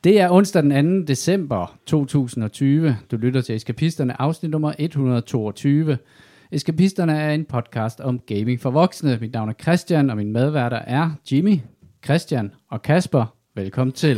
Det er onsdag den 2. december 2020. Du lytter til Eskapisterne, afsnit nummer 122. Eskapisterne er en podcast om gaming for voksne. Mit navn er Christian, og mine medværter er Jimmy, Christian og Kasper. Velkommen til.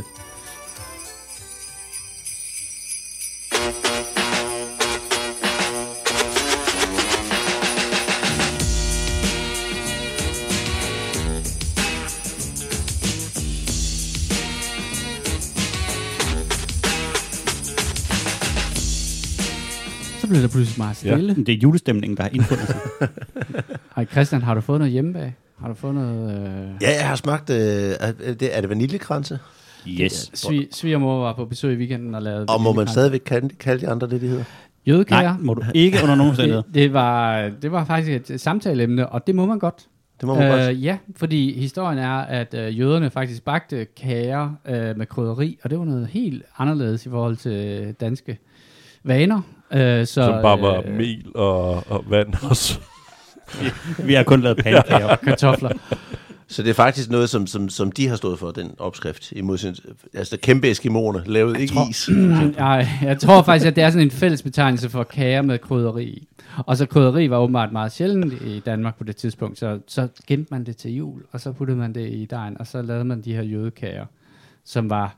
Så bliver der pludselig meget stille. Ja, det er julestemningen, der har indfundet sig. Hej Christian, har du fået noget hjemme bag? Har du fået noget... Ja, jeg har smagt... er det vaniljekranse? Yes. Svigermor var på besøg i weekenden og lavede... Og må man stadigvæk kalde de andre det, de hedder? Jødekager? Nej, må du ikke under nogen omstændigheder. Det var faktisk et samtaleemne, og det må man godt. Det må man godt. Ja, fordi historien er, at jøderne faktisk bagte kager med krydderi, og det var noget helt anderledes i forhold til danske vaner. Som bare var mel og vand også. Vi har kun lavet pandekager og kartofler. Så det er faktisk noget, som de har stået for, den opskrift. Altså kæmpe eskimoerne lavede ikke is. Jeg tror faktisk, at det er sådan en fælles betegnelse for kager med krydderi. Og så krydderi var åbenbart meget sjældent i Danmark på det tidspunkt, så gemte man det til jul, og så puttede man det i dejen, og så lavede man de her jødekager, som var...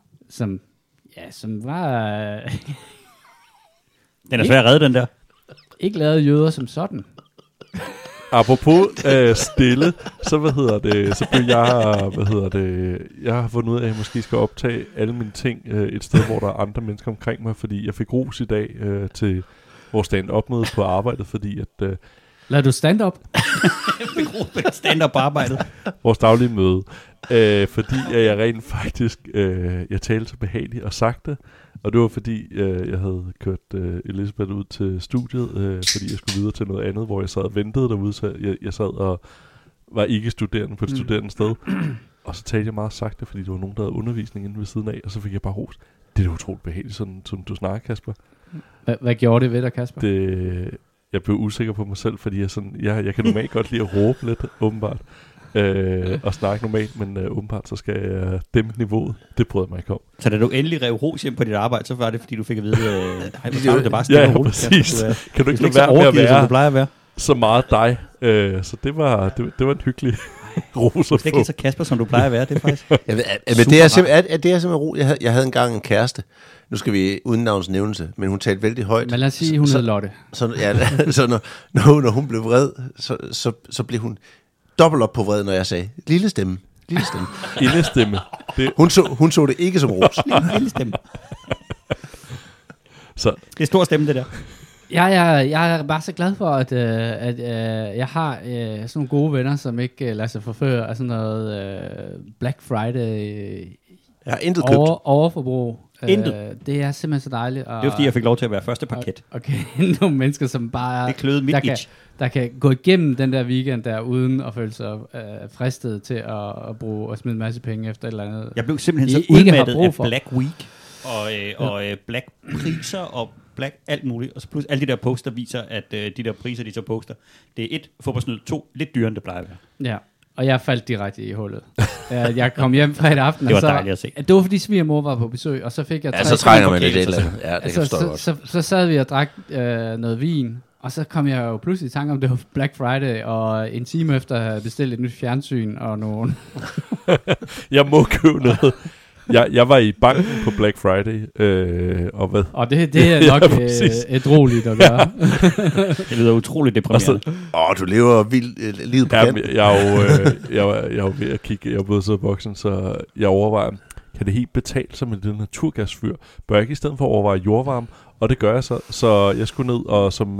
Den er svær at redde, den der. Ikke lavet jøder som sådan. Apropos stille, så så blev jeg har fundet ud af, at jeg måske skal optage alle mine ting et sted, hvor der er andre mennesker omkring mig, fordi jeg fik ros i dag til vores stand-up-møde på arbejdet, fordi at... Lad du stand-up? Jeg fik ros på stand-up på arbejdet. Vores daglige møde. Fordi jeg rent faktisk, jeg talte så behageligt og sagte, og det var fordi, jeg havde kørt Elisabeth ud til studiet, fordi jeg skulle videre til noget andet, hvor jeg sad og ventede derude, så jeg sad og var ikke studerende på et studerende sted. Og så talte jeg meget sagte, fordi der var nogen, der havde undervisning inde ved siden af, og så fik jeg bare ros. Det er utroligt behageligt, sådan som du snakker, Kasper. Hvad gjorde det ved dig, Kasper? Jeg blev usikker på mig selv, fordi jeg kan normalt godt lide at råbe lidt, åbenbart. Og snakke normalt, men åbenbart så skal jeg dæmpe niveauet. Det prøvede jeg mig ikke om. Så da du endelig rev ros hjem på dit arbejde, så var det fordi du fik at vide, det bare stille ja, præcis. Kan du ikke lade være med at være, som du plejer at være? Så meget dig. Så det var en hyggelig ros at få. Det er ikke så Kasper, som du plejer at være, det er faktisk. Men det er simpelthen ro. Jeg havde engang en kæreste. Nu skal vi uden navns nævnelse, men hun talte vældig højt. Men lad os sige, hun hed Lotte. Så når hun blev vred, så blev hun dobbelt op på vred, når jeg sagde lille stemme. Lille stemme. Hun så det ikke som ros. Lille stemme. Så. Det er stor stemme, det der. Jeg er bare så glad for, at jeg har sådan nogle gode venner, som ikke lader sig forføre af sådan noget Black Friday overforbrug. Det er simpelthen så dejligt. Det er fordi, jeg fik lov til at være første parket. Okay, nogle mennesker, som bare det kløede mit der kan gå igennem den der weekend der, uden at føle sig fristet til at bruge og smide en masse penge efter et eller andet. Jeg blev simpelthen så udmattet af Black Week og Black priser og Black alt muligt. Og så pludselig alle de der poster viser, at de der priser, de så poster, det er 1, fodboldsnyd, 2, lidt dyrere, end det plejer at være. Ja. Og jeg faldt direkte i hullet. Jeg kom hjem fredag aften. Det var dejligt at se. Det var fordi svigermor var på besøg, og så fik jeg... Ja, så trænger man lidt eller andet. Ja, det kan forstå godt. Så sad vi og drak noget vin, og så kom jeg jo pludselig i tanke om, det var Black Friday, og en time efter at have bestilt et nyt fjernsyn og nogen... Jeg må købe noget. Jeg var i banken på Black Friday, og hvad? Og det er nok et roligt at gøre. Det lyder utroligt deprimerende. Du lever vildt livet på kanten. Jeg var ved at kigge, jeg både siddet i boksen, så jeg overvejer, kan det helt betale sig med det naturgasfyr? Bør jeg ikke i stedet for overveje jordvarme? Og det gør jeg så jeg skulle ned, og som,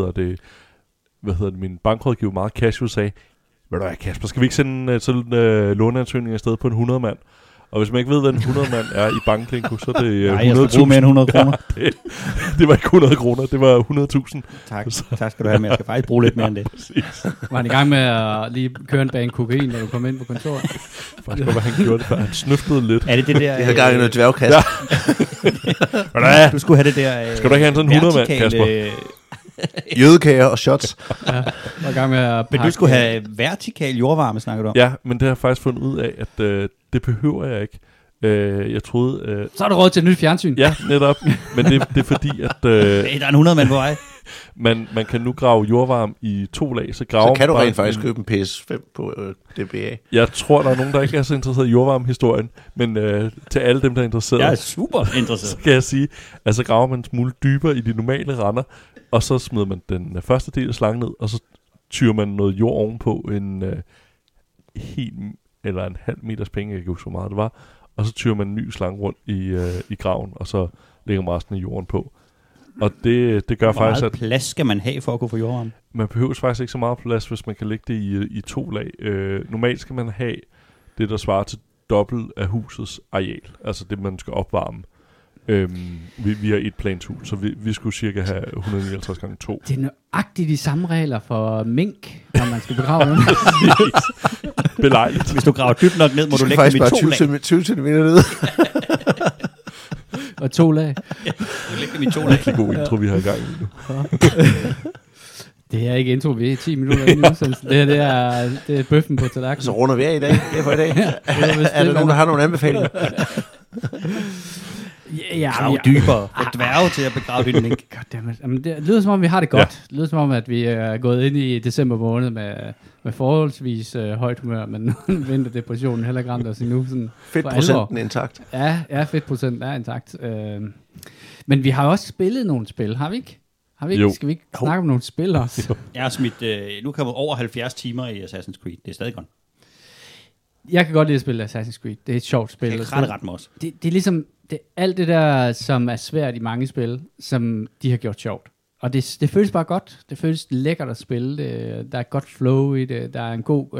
min bankrådgiver meget casual sagde, ved du hvad, Kasper, skal vi ikke sende låneansøgning afsted på en 100 mand? Og hvis man ikke ved, hvad en 100 mand er i Banklinko, så er det 100.000. Nej, jeg skal bruge mere end 100 kroner. Ja, det var ikke 100 kroner, det var 100.000. Tak skal du have med. Jeg skal faktisk bruge lidt mere end det. Præcis. Var han i gang med at lige køre en bane kokain, når du kom ind på kontoret? Faktisk godt, hvad han gjorde det, for han snøftede lidt. Er det der... Jeg havde gang i noget dværgkast. Ja. Du skulle have det der... Skal du ikke have sådan en 100 mand, Kasper? Jødekager og shots. Ja, var i gang med at men du skulle have vertikal jordvarme, snakker du om? Ja, men det har jeg faktisk fundet ud af, at det behøver jeg ikke. Jeg troede... Så er der råd til et nyt fjernsyn. Ja, netop. Men det er fordi, at... Der er en 100 mand på vej. Man kan nu grave jordvarme i 2 lag. Så kan du rent faktisk købe en PS5 på DBA. Jeg tror, der er nogen, der ikke er så interesseret i jordvarmehistorien. Men til alle dem, der er interesseret... Jeg er super interesseret. Så kan jeg sige, at så graver man en smule dybere i de normale render. Og så smider man den første del af slangen ned. Og så tyrer man noget jord ovenpå en eller en halv meters penge. Jeg kan ikke huske, hvor meget det var. Og så tyrer man en ny slange rundt i graven. Og så lægger man resten af jorden på. Og det gør faktisk, at... Hvor meget plads skal man have for at kunne få jordvarme? Man behøver faktisk ikke så meget plads, hvis man kan lægge det i 2 lag. Normalt skal man have det, der svarer til dobbelt af husets areal. Altså det, man skal opvarme. Vi har et planshus, så vi skulle cirka have 159 gange 2. Det er nøjagtigt de samme regler for mink, når man skal begrave dem. Belejligt. Hvis du graver dybt nok ned, må du lægge dem i 2 lag. 20 cm ned. Og 2 lag. Ja, du lægger dem i 2 lag. Det er god intro, vi har i gang nu. Det er ikke intro, vi er 10 minutter inde i udsendelsen. Det er bøffen på tallerkenen. Så runder vi af i dag. Det er for i dag. Er der nogen, der har nogle anbefalinger? Grav dybere. Få dværge til at begrave din mink. Goddammit. Det lyder som om, vi har det godt. Det lyder som om, at vi er gået ind i december måned med forholdsvis højt humør, men vinterdepressionen heller ikke ramt os endnu. Fedtprocenten intakt. Ja, fedtprocenten er intakt. Men vi har også spillet nogle spil, har vi ikke? Skal vi ikke snakke om nogle spil også? Jeg har smidt, nu kan jeg over 70 timer i Assassin's Creed. Det er stadig godt. Jeg kan godt lide at spille Assassin's Creed. Det er et sjovt spil. Jeg kan ret med os. Det er ligesom alt det der, som er svært i mange spil, som de har gjort sjovt. Og det føles bare godt. Det føles lækkert at spille. Der er et godt flow i det. Der er en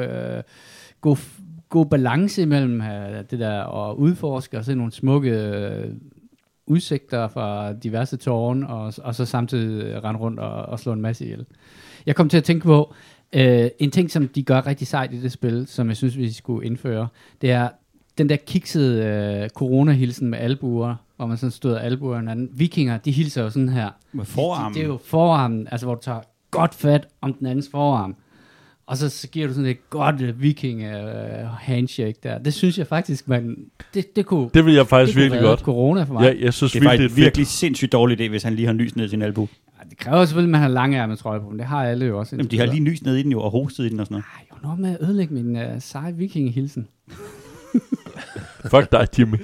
god balance imellem det der at udforske og se nogle smukke udsigter fra diverse tårne, og så samtidig rende rundt og slå en masse ihjel. Jeg kom til at tænke på, en ting, som de gør rigtig sejt i det spil, som jeg synes, vi skulle indføre, det er den der kiksede corona-hilsen med albuer, hvor man sådan støder albuer hinanden. Vikinger, de hilser jo sådan her. Med forarmen. Det er jo forarmen, altså hvor du tager godt fat om den andens forarm. Og så giver du sådan et godt viking-handshake der. Det synes jeg faktisk, det kunne... Det vil jeg faktisk virkelig godt. Corona for mig. Ja, jeg synes det er faktisk virkelig sindssygt dårlig idé, hvis han lige har nys ned i sin albu. Ja, det kræver selvfølgelig, at man har langærmet trøje på, men det har alle jo også. Jamen, de har lige nys ned i den jo, og hostet i den og sådan noget. Jo, noget med at ødelægge min seje vikingehilsen. Fuck dig, Jimmy.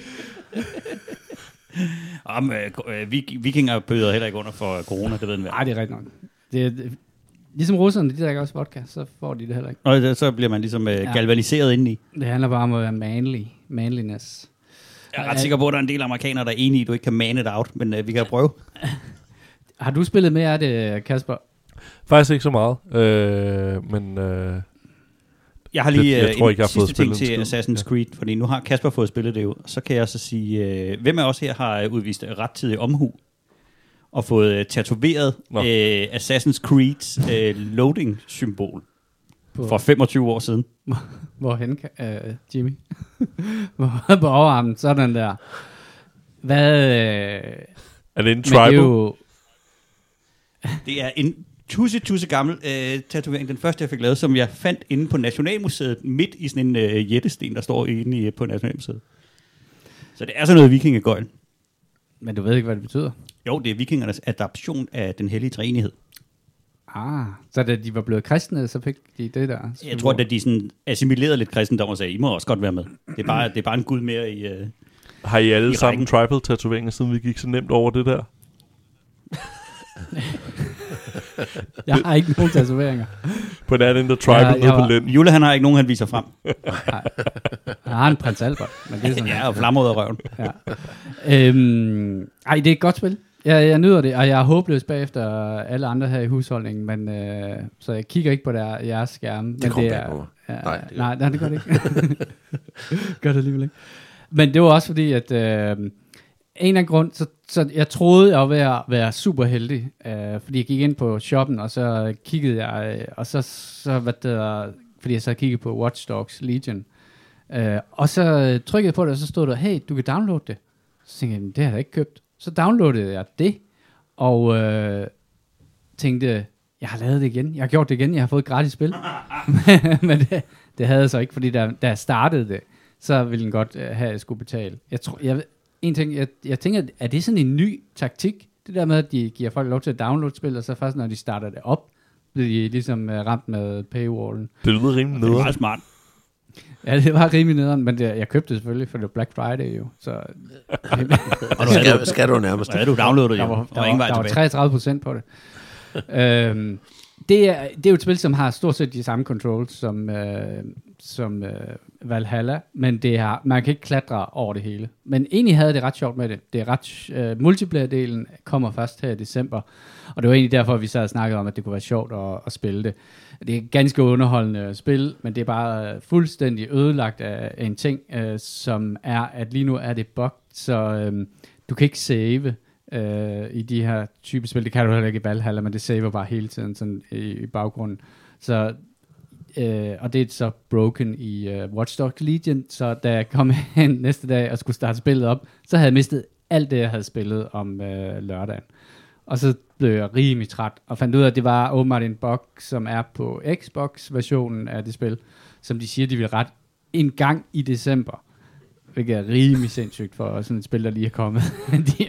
Vikinger bøder heller ikke under for corona, det ved den vel. Nej, det er rigtigt nok. Det ligesom russerne, de drikker også vodka, så får de det heller ikke. Og så bliver man ligesom galvaniseret indeni. Det handler bare om at være manliness. Jeg er ret sikker på, at der er en del amerikanere, der er enige i, at du ikke kan man it out, men vi kan prøve. Har du spillet mere af det, Kasper? Faktisk ikke så meget, men... Jeg har lige jeg tror ikke, jeg har sidste ting til Assassin's Creed, fordi nu har Kasper fået spillet det jo. Så kan jeg så sige, hvem af os her har udvist rettidig omhu og fået tatoveret Assassin's Creeds loading-symbol for 25 år siden. Hvorhen, Jimmy? På overarmen, sådan der. Hvad... er det en tribal? Det er en tusse gammel tatovering, den første jeg fik lavet, som jeg fandt inde på Nationalmuseet, midt i sådan en jættesten, der står inde på Nationalmuseet. Så det er sådan noget vikingegøjl. Men du ved ikke, hvad det betyder? Jo, det er vikingernes adaption af den hellige treenighed. Så da de var blevet kristne, så fik de det der? Jeg tror, at de sådan assimilerede lidt kristendom og sagde, I må også godt være med. Det er bare en gud mere i har I alle sammen tribal-tatoveringer, siden vi gik så nemt over det der? Jeg har ikke nogen tatoveringer. På den anden, der tribal nede på lænden. Jule, han har ikke nogen, han viser frem. Jeg har en prins Albert. Men det er sådan, ja, og flammer ud af røven. Ja. Det er et godt spil. Jeg nyder det, og jeg er håbløs bagefter alle andre her i husholdningen, men så jeg kigger ikke på jeres skærme. Det kommer bag på mig. Nej, det gør det ikke. Gør det alligevel ikke. Men det var også fordi, at en eller anden grund, så jeg troede, jeg var ved at være super heldig, fordi jeg gik ind på shoppen, og så kiggede jeg, og så fordi jeg så kiggede på Watch Dogs Legion, og så trykkede jeg på det, og så stod der, hey, du kan downloade det. Så tænkte jeg, det har jeg ikke købt. Så downloadede jeg det, og tænkte, jeg har lavet det igen, jeg har gjort det igen, jeg har fået et gratis spil. Men det havde jeg så ikke, fordi da jeg startede det, så vil den godt have, at jeg skulle betale. Jeg tænker, er det sådan en ny taktik? Det der med, at de giver folk lov til at downloade spil, og så først når de starter det op, bliver de ligesom ramt med paywallen. Det lyder rimelig Det er nederen. meget smart. Ja, det var rimelig nederen, men jeg købte det selvfølgelig, for det var Black Friday jo. Så Og skal du nærmest. Ja, du downloader der jo, var, og ingen vej tilbage. der var 33% på det. Det er jo et spil, som har stort set de samme controls som Valhalla, men man kan ikke klatre over det hele. Men egentlig havde det ret sjovt med det. Det er ret multiplayer-delen kommer først her i december, og det var egentlig derfor, at vi sad og snakkede om, at det kunne være sjovt at spille det. Det er et ganske underholdende spil, men det er bare fuldstændig ødelagt af en ting, som er, at lige nu er det bugged, så du kan ikke save i de her type spil. Det kan du heller ikke i Valhalla, men det saver bare hele tiden sådan i baggrunden. Så og det er så broken i Watch Dogs Legion, så da jeg kom hen næste dag og skulle starte spillet op, så havde jeg mistet alt det, jeg havde spillet om lørdagen. Og så blev jeg rimelig træt, og fandt ud af, at det var åbenbart en bug, som er på Xbox-versionen af det spil, som de siger, de vil rette en gang i december. Hvilket er rimelig sindssygt for sådan et spil, der lige er kommet. Det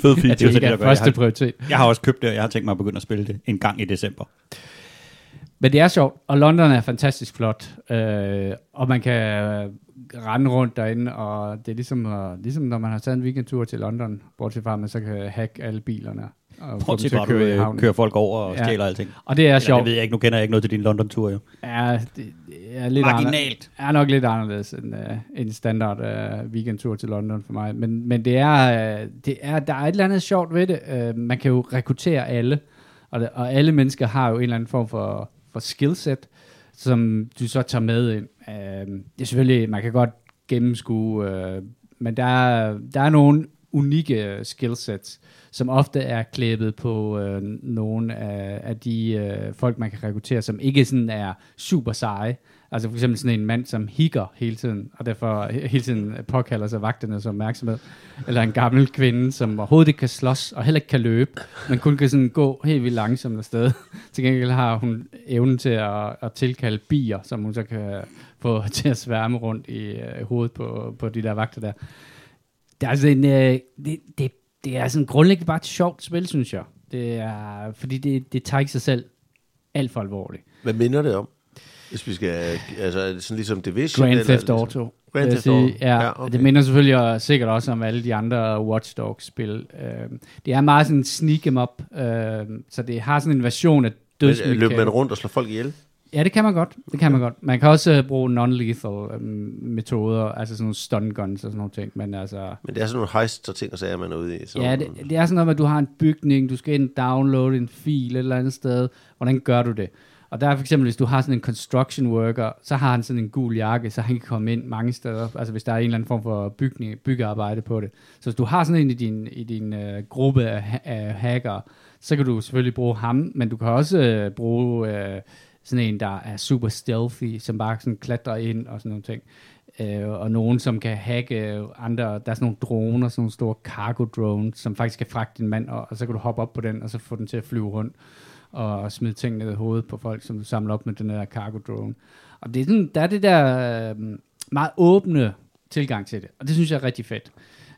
er første prioritet. Jeg har også købt det, og jeg har tænkt mig at begynde at spille det en gang i december. Men det er sjovt, og London er fantastisk flot, og man kan rende rundt derinde, og det er ligesom når man har taget en weekendtur til London, bortset fra, at man så kan hacke alle bilerne. Bortset fra, at du kører folk over og stjæler alting. Og det er sjovt. Det ved jeg ikke, nu kender jeg ikke noget til din London-tur jo. Ja, det er lidt marginalt. Er nok lidt anderledes end en standard weekendtur til London for mig. Men der er et eller andet sjovt ved det. Man kan jo rekruttere alle, og alle mennesker har jo en eller anden form for skillset, som du så tager med ind. Det er selvfølgelig, man kan godt gennemskue, men der er nogle unikke skillsets, som ofte er klæbet på nogle af de folk, man kan rekruttere, som ikke sådan er super seje. Altså for eksempel sådan en mand, som hikker hele tiden, og derfor hele tiden påkalder sig vagternes opmærksomhed. Eller en gammel kvinde, som overhovedet ikke kan slås, og heller ikke kan løbe, men kun kan sådan gå helt vildt langsomt afsted. Til gengæld har hun evnen til at tilkalde bier, som hun så kan få til at sværme rundt i hovedet på de der vagter der. Det er altså det er sådan grundlæggende bare et sjovt spil, synes jeg. Det er, fordi det tager ikke sig selv alt for alvorligt. Hvad minder det om? Hvis vi skal, altså er det sådan ligesom Division? Grand Theft Auto. Grand Theft Auto? Ja, okay. Det minder selvfølgelig sikkert også om alle de andre Watch Dogs-spil. Det er meget sådan en sneak em up, så det har sådan en version af dødsmekanik. Løber man rundt og slår folk ihjel? Ja, det kan man godt. Man kan også bruge non-lethal metoder, altså sådan nogle stun guns og sådan nogle ting. Men det er sådan nogle heists og ting, og sager, man er ude i. Ja, det er sådan noget med, at du har en bygning, du skal ind downloade en fil et eller andet sted. Hvordan gør du det? Og der er for eksempel, hvis du har sådan en construction worker, så har han sådan en gul jakke, så han kan komme ind mange steder. Altså hvis der er en eller anden form for byggearbejde på det. Så hvis du har sådan en i din gruppe af hackere, så kan du selvfølgelig bruge ham, men du kan også bruge sådan en, der er super stealthy, som bare sådan klatrer ind og sådan nogle ting. Og nogen, som kan hacke andre. Der er sådan nogle droner, sådan nogle store cargo drones, som faktisk kan fragte en mand, og så kan du hoppe op på den, og så få den til at flyve rundt og smide ting ned i hovedet på folk, som du samler op med den der cargo drone. Og det er sådan, der er det der meget åbne tilgang til det, og det synes jeg er rigtig fedt.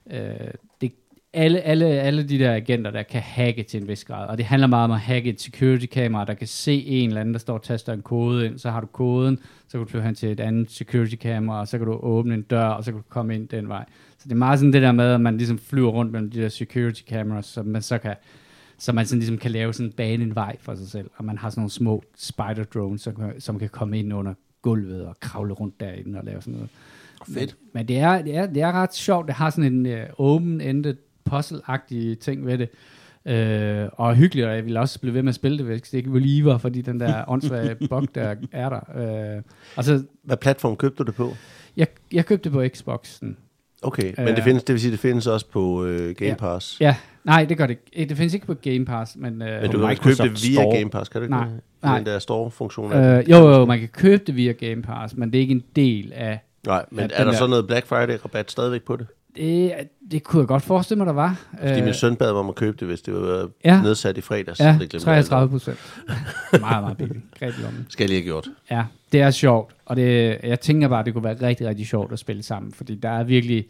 Alle de der agenter, der kan hacke til en vis grad, og det handler meget om at hacke et security-kamera, der kan se en eller anden, der står og taster en kode ind, så har du koden, så kan du flyve hen til et andet security-kamera, og så kan du åbne en dør, og så kan du komme ind den vej. Så det er meget sådan det der med, at man ligesom flyver rundt mellem de der security-cameras, så man så kan sådan ligesom kan lave sådan en vej for sig selv, og man har sådan nogle små spider-drones, som kan komme ind under gulvet og kravle rundt derinde og lave sådan noget. Fedt. Men det er ret sjovt. Det har sådan en open-ended puzzle-agtig ting ved det. Og hyggeligt, og jeg ville også blive ved med at spille det, hvis det ikke var lige, fordi den der åndssvage bug, der er der. Hvad platform købte du det på? Jeg købte det på Xboxen. Okay, men det vil sige, det findes også på Game Pass? Ja, nej, det gør det ikke. Det findes ikke på Game Pass, men du kan ikke købe det via Game Pass, kan du ikke? Nej. Den der store-funktion jo, man kan købe det via Game Pass, men det er ikke en del af... Nej, men er der så noget Black Friday-rabat stadigvæk på det? Det kunne jeg godt forestille mig, der var. Fordi min søn bad mig om at købe det, hvis det var nedsat i fredags. Ja, 33%. Meget, meget billigt. Skal jeg lige have gjort. Ja, det er sjovt, og jeg tænker bare, det kunne være rigtig, rigtig sjovt at spille sammen, fordi der er virkelig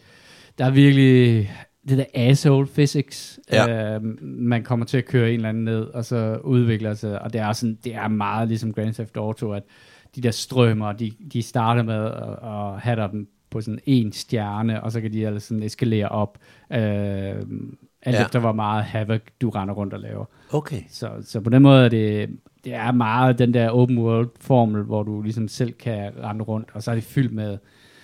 det der asshole physics, man kommer til at køre en eller anden ned, og så udvikler sig, og det er meget ligesom Grand Theft Auto, at de der strømmer, de starter med at have dem på sådan 1 stjerne, og så kan de altså sådan eskalere op, alt efter hvor meget havoc du render rundt og laver. Okay. Så på den måde er det er meget den der open world formel, hvor du ligesom selv kan rende rundt, og så er det fyldt med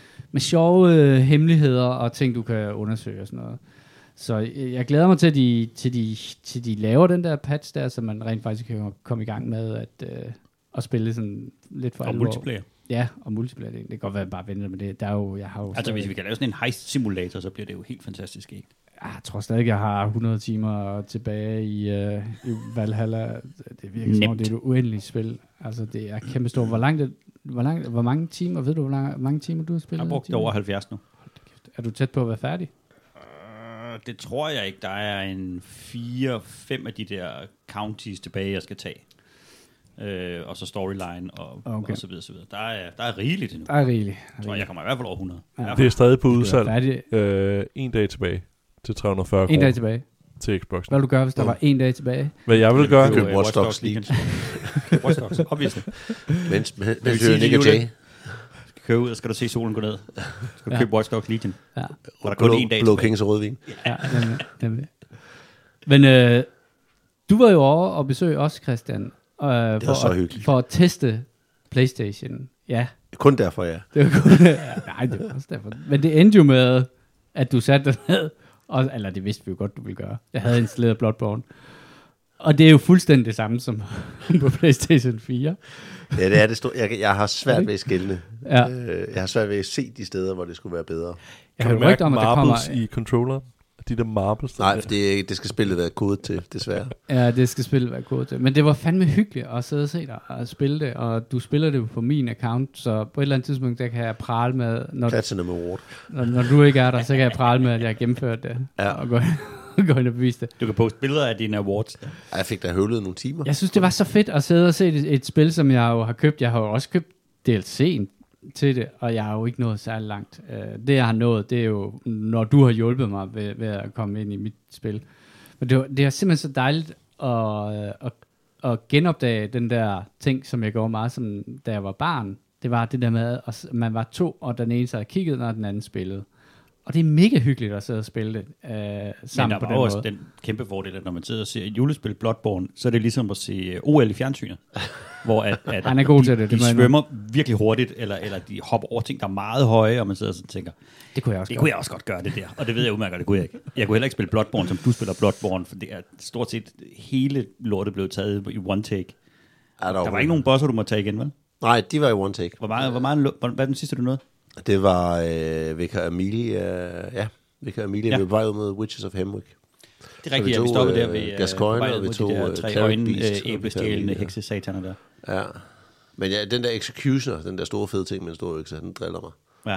sjove hemmeligheder og ting, du kan undersøge og sådan noget. Så jeg glæder mig til de laver den der patch der, så man rent faktisk kan komme i gang med at spille sådan lidt for alvor. Og multiplayer. Ja, og multiplayer. Det kan godt være, at bare vente med det. Der er jo, jeg har jo altså hvis vi kan lave sådan en heist simulator, så bliver det jo helt fantastisk, ikke? Jeg tror stadig, jeg har 100 timer tilbage i Valhalla. Det virker som om, det er et uendeligt spil. Altså, det er kæmpestort. Hvor mange timer, ved du, hvor mange timer du har spillet? Jeg har brugt over 70 nu. Er du tæt på at være færdig? Det tror jeg ikke. Der er en 4-5 af de der counties tilbage, jeg skal tage. Og så storyline og så videre, så videre. Der er rigeligt endnu. Der er rigeligt. Jeg kommer i hvert fald over 100. Ja. Det er stadig på udsalg. 1 dag tilbage til 340 kroner. 1 dag tilbage. Til Xbox. Hvad vil du gøre, hvis der var 1 dag tilbage? Hvad jeg vil gøre? Køb Watch Dogs Legion. Watch Dogs, obviously. Mens Nick og Jay. Skal købe ud, og skal du se solen gå ned. Skal du købe Watch Dogs Legion. Ja. Hvor der kun 1 dag Blå Kings og rødvin. Ja, nemlig. Men du var jo over og besøge os, Christian. Det var så hyggeligt. For at teste PlayStation. Ja. Kun derfor, ja. Det var kun, nej, det var også derfor. Men det endte jo med, at du satte dig ned. Eller det vidste vi jo godt, du ville gøre. Jeg havde installeret Bloodborne. Og det er jo fuldstændig det samme som på PlayStation 4. Ja, det er det store. Jeg har svært ved at skælne. Ja. Jeg har svært ved at se de steder, hvor det skulle være bedre. Jeg har hørt om, at der kommer i controller. De der marbles. Nej, for det skal spillet være kodet til, desværre. Ja, det skal spillet være kodet til. Men det var fandme hyggeligt at sidde og se dig og spille det. Og du spiller det jo på min account, så på et eller andet tidspunkt, der kan jeg prale med... Platinum Award. Når du ikke er der, så kan jeg prale med, at jeg har gennemført det. Ja. Og gå ind og bevise det. Du kan poste billeder af dine awards. Jeg fik da høvlet nogle timer. Jeg synes, det var så fedt at sidde og se et spil, som jeg jo har købt. Jeg har jo også købt DLC'en til det, og jeg har jo ikke nået særlig langt. Det, jeg har nået, det er jo, når du har hjulpet mig ved at komme ind i mit spil. Men det er simpelthen så dejligt at genopdage den der ting, som jeg gjorde meget, som da jeg var barn. Det var det der med, at man var 2, og den ene sad og kiggede, når den anden spillede. Og det er mega hyggeligt at sidde og spille det sammen på den måde. Men der var også den kæmpe fordel, at når man sidder og ser et julespil Bloodborne, så er det ligesom at se OL i fjernsynet, hvor at han er god til det. De svømmer virkelig hurtigt, eller de hopper over ting, der er meget høje, og man sidder og tænker, det kunne jeg også godt gøre det der. Og det ved jeg udmærket, det kunne jeg ikke. Jeg kunne heller ikke spille Bloodborne, som du spiller Bloodborne, for det er stort set hele lortet blev taget i one take. Der var ikke nogen bosser, du må tage igen, vel? Nej, de var i one take. Hvad er den sidste, du nåede? Det var Vicar Amelia, Vicar Amelia ved vej ud med Witches of Hemwick. Det er rigtigt, at vi stoppede der ved Gascoigne, og vi tog de der 3 øjne æblestjælende heksesataner der. Ja, men ja, den der Executioner, den der store fede ting med en stor økse, den driller mig. Ja.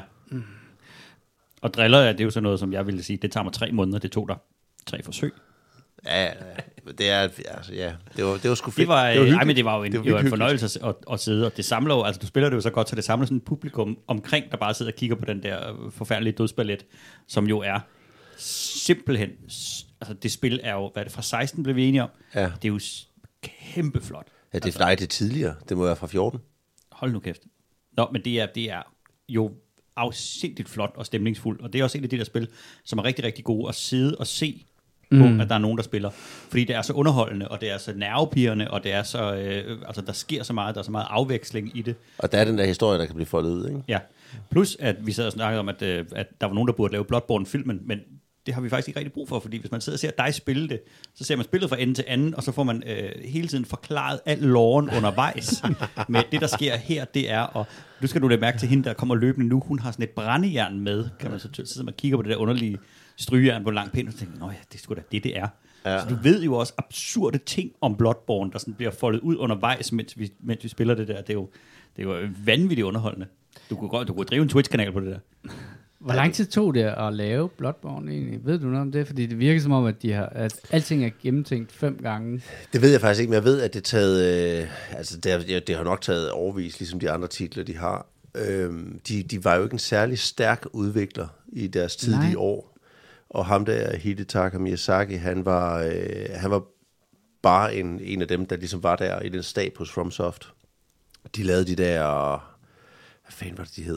Og driller, det er jo sådan noget, som jeg ville sige, det tager mig 3 måneder, det tog dig 3 forsøg. Ja, det er, altså, ja, det var sgu fedt. Det var jo en fornøjelse at sidde, og det samler jo, altså du spiller det jo så godt, så det samler sådan et publikum omkring, der bare sidder og kigger på den der forfærdelige dødsballet, som jo er simpelthen, altså det spil er jo, hvad er det, fra 16 blev vi enige om? Ja. Det er jo kæmpe flot. Ja, det er det tidligere, det må være fra 14. Hold nu kæft. Nå, men det er jo afsindigt flot og stemningsfuldt, og det er også et af de der spil, som er rigtig, rigtig gode at sidde og se på, at der er nogen, der spiller. Fordi det er så underholdende, og det er så nervepirrende, og det er så, altså der sker så meget, der er så meget afveksling i det. Og der er den der historie, der kan blive foldet ud, ikke? Ja. Plus, at vi sad og snakkede om, at der var nogen, der burde lave Bloodborne-filmen, men det har vi faktisk ikke rigtig brug for, fordi hvis man sidder og ser dig spille det, så ser man spillet fra ende til anden, og så får man hele tiden forklaret al loven undervejs. Men det, der sker her, det er, og nu skal du lade mærke til hende, der kommer løbende nu, hun har sådan et brændejern med, kan man så sidde og kigger på det der underlige strygejern på en lang pind, og tænker, nå ja, det er sgu da det er. Ja. Så du ved jo også absurde ting om Bloodborne, der sådan bliver foldet ud undervejs, mens vi spiller det der. Det er jo vanvittigt underholdende. Du kunne drive en Twitch-kanal på det der. Hvor lang tid tog det at lave Bloodborne egentlig? Ved du noget om det? Fordi det virker som om, at alting er gennemtænkt 5 gange. Det ved jeg faktisk ikke, men jeg ved, at det taget, det har nok taget overvis, ligesom de andre titler, de har. De var jo ikke en særlig stærk udvikler i deres tidlige år. Og ham der, Hidetaka Miyazaki, han var bare en af dem, der ligesom var der i den stab hos FromSoft. De lavede de der... Hvad fanden var det, de hed?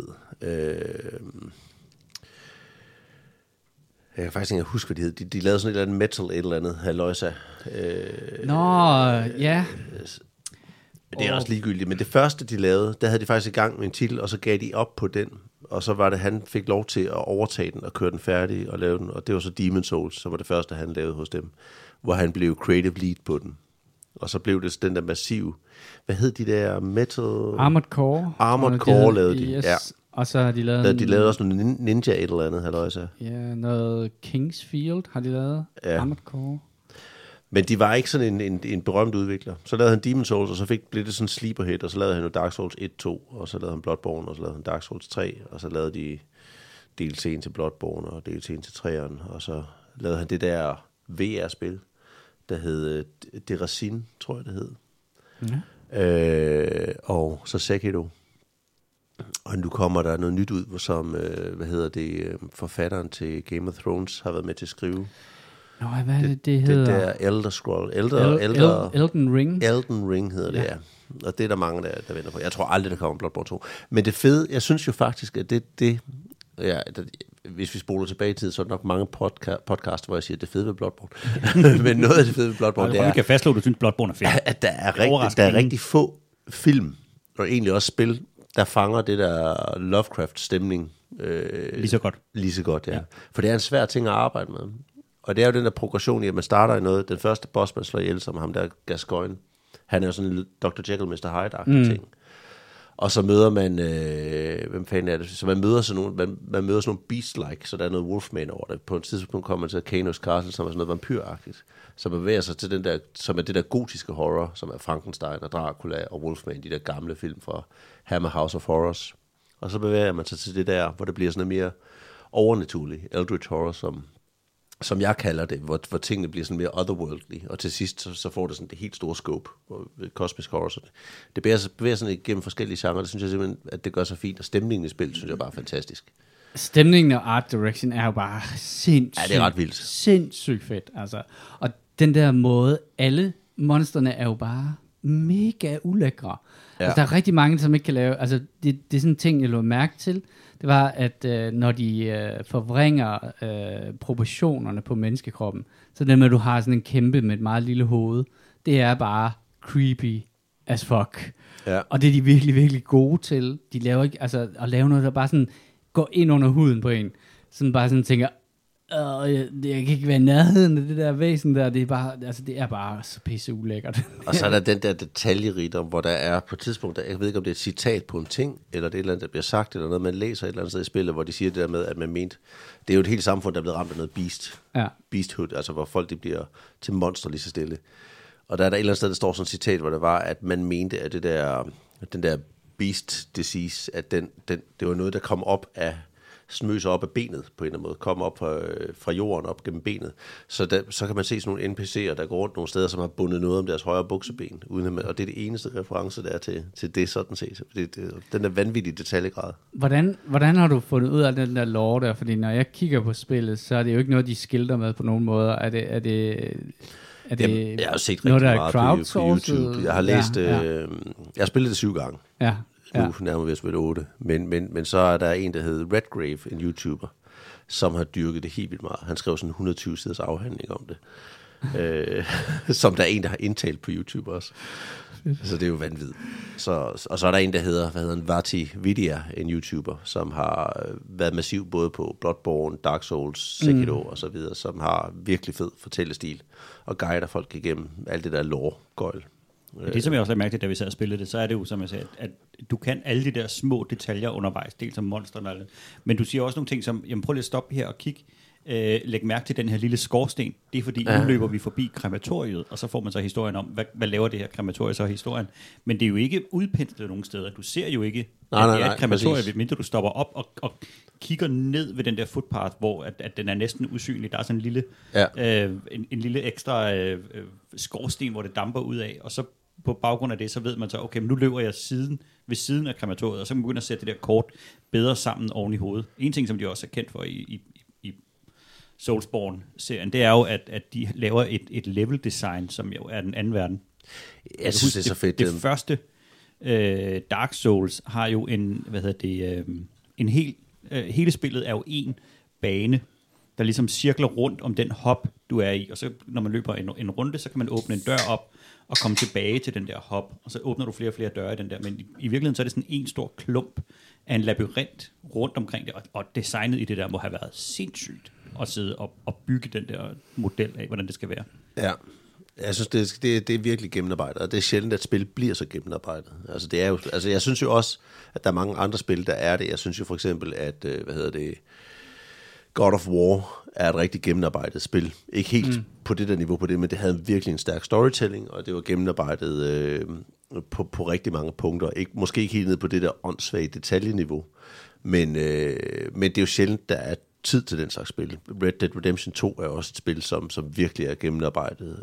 Jeg kan faktisk ikke huske, hvad de hed. De lavede sådan et eller andet metal, et eller andet, halløjsa. Ja. Det er også ligegyldigt. Men det første, de lavede, der havde de faktisk i gang med en titel, og så gav de op på den. Og så var det, han fik lov til at overtage den og køre den færdig og lave den. Og det var så Demon's Souls, som var det første, han lavede hos dem. Hvor han blev creative lead på den. Og så blev det den der massive... Hvad hed de der metal... Armored Core. Armored Core lavede de, yes. ja. Og så har de lavet... De lavede også noget Ninja et eller andet, halløjsa. Ja, noget Kingsfield har de lavet. Ja. Armored Core. Men de var ikke sådan en berømt udvikler. Så lavede han Demon's Souls, og så blev det sådan en sleeper hit, og så lavede han jo Dark Souls 1, 2, og så lavede han Bloodborne, og så lavede han Dark Souls 3, og så lavede de DLC'en til Bloodborne, og DLC'en til 3'eren, og så lavede han det der VR-spil, der hed Derasin, tror jeg det hed. Ja. Og så Sekiro. Og nu kommer der noget nyt ud, som, forfatteren til Game of Thrones har været med til at skrive. Nå, hvad er det hedder? Det der Elder Scroll. Elden Ring. Elden Ring hedder det, ja. Og det er der mange, der venter på. Jeg tror aldrig, der kommer Bloodborne 2. Men det fede, jeg synes jo faktisk, at hvis vi spoler tilbage i tid, så er der nok mange podcast, hvor jeg siger, at det er fedt ved Bloodborne. Men noget af det fede ved Bloodborne, det er... Vi kan fastslå, at du synes, Bloodborne er fedt. At der er rigtig få film, og egentlig også spil, der fanger det der Lovecraft-stemning. Lige så godt. Lige så godt, ja. For det er en svær ting at arbejde med. Og det er jo den der progression i, at man starter i noget. Den første boss, man slår ihjel, som ham der Gascoigne. Han er jo sådan en Dr. Jekyll, Mr. Hyde-agtig ting. Og så møder man, hvem fanden er det? Så man møder sådan nogle, man møder sådan nogle beast-like, så der er noget Wolfman over det. På et tidspunkt kommer man til Kanos Castle, som er sådan noget vampyragtigt. Så man bevæger sig til den der, som er det der gotiske horror, som er Frankenstein og Dracula og Wolfman, de der gamle film fra Hammer House of Horrors. Og så bevæger man sig til det der, hvor det bliver sådan noget mere overnaturligt, Eldritch Horror, som jeg kalder det, hvor tingene bliver sådan mere otherworldly, og til sidst så får det sådan det helt store scope, kosmisk horror. Så det bevæger sådan igennem forskellige genrer, det synes jeg simpelthen, at det gør så fint, og stemningen i spillet, synes jeg bare er fantastisk. Stemningen og art direction er jo bare sindssygt. Ja, det er ret vildt. Sindssygt fedt, altså. Og den der måde, alle monsterne er jo bare mega ulækre. Ja. Altså, der er rigtig mange, som ikke kan lave, altså det er sådan en ting, jeg lå mærke til. Det var, at når de forvrænger proportionerne på menneskekroppen, så det med, at du har sådan en kæmpe med et meget lille hoved, det er bare creepy as fuck. Ja. Og det er de virkelig, virkelig gode til. De laver ikke, altså at lave noget, der bare sådan går ind under huden på en. Sådan bare sådan tænker, jeg kan ikke være i nærheden af det der væsen der. Det er bare så pisse ulækkert. Og så er der den der detaljerigdom, hvor der er på et tidspunkt, jeg ved ikke om det er et citat på en ting, eller det er et eller andet, der bliver sagt, eller noget, man læser et eller andet sted i spillet, hvor de siger det der med, at man mente, det er jo et helt samfund, der er blevet ramt af noget beasthood, altså hvor folk de bliver til monster lige så stille. Og der er der et eller andet sted, der står sådan et citat, hvor der var, at man mente, at den der beast disease, at det var noget, der kom op af smøser op af benet på en eller anden måde, kommer op fra jorden op gennem benet. Så kan man se sådan nogle NPC'er, der går rundt nogle steder, som har bundet noget om deres højre bukseben, og det er det eneste reference, der er til det sådan set. Den er vanvittig detaljegrad. Hvordan har du fundet ud af den der lore der? Fordi når jeg kigger på spillet, så er det jo ikke noget, de skilter med på nogen måder. Er det Jamen, jeg har set rigtig meget på YouTube. Jeg har læst... Jeg har spillet det 7 gange. Ja. Nu nærmer vi os ved 8. Men så er der en, der hedder Redgrave, en YouTuber, som har dyrket det helt vildt meget. Han skrev sådan 120 siders afhandling om det. Som der er en, der har indtalt på YouTube også. Så det er jo vanvittigt. Og så er der en, der hedder Vati Vidya, en YouTuber, som har været massiv både på Bloodborne, Dark Souls, Sekiro og så videre, som har virkelig fed fortællestil og guider folk igennem alt det der lore-gøjl. Det, som jeg også har mærket, da vi sad og spillede det, så er det jo, som jeg sagde, at du kan alle de der små detaljer undervejs, dels som monsterne, men du siger også nogle ting som, jamen prøv lige at stoppe her og kig. læg mærke til den her lille skorsten. Det er fordi, nu løber vi forbi krematoriet, og så får man så historien om, hvad laver det her krematorie så historien. Men det er jo ikke udpenslet nogen steder. Du ser jo ikke, at det er et krematorie, mindre du stopper op og kigger ned ved den der footpath, hvor at den er næsten usynlig. Der er sådan en lille, en lille ekstra skorsten, hvor det damper ud af, og så på baggrund af det, så ved man så, okay, men nu løber jeg ved siden af krematoriet, og så kan man begynde at sætte det der kort bedre sammen oven i hovedet. En ting, som de også er kendt for i Soulsborne-serien, det er jo, at de laver et level design, som jo er den anden verden. Jeg synes, det er så fedt. Det første Dark Souls har jo en hele spillet er jo en bane, der ligesom cirkler rundt om den hop, du er i, og så når man løber en runde, så kan man åbne en dør op og komme tilbage til den der hop, og så åbner du flere og flere døre i den der, men i virkeligheden så er det sådan en stor klump af en labyrint rundt omkring det, og designet i det der må have været sindssygt at sidde og bygge den der model af, hvordan det skal være. Ja, jeg synes, det er virkelig gennemarbejdet, og det er sjældent, at spil bliver så gennemarbejdet. Altså, det er jo, altså, jeg synes jo også, at der er mange andre spil, der er det. Jeg synes jo for eksempel, at, God of War er et rigtig gennemarbejdet spil. Ikke helt på det der niveau på det, men det havde virkelig en stærk storytelling, og det var gennemarbejdet på rigtig mange punkter. Måske ikke helt ned på det der åndssvage detaljeniveau, men det er jo sjældent, der er tid til den slags spil. Red Dead Redemption 2 er også et spil, som virkelig er gennemarbejdet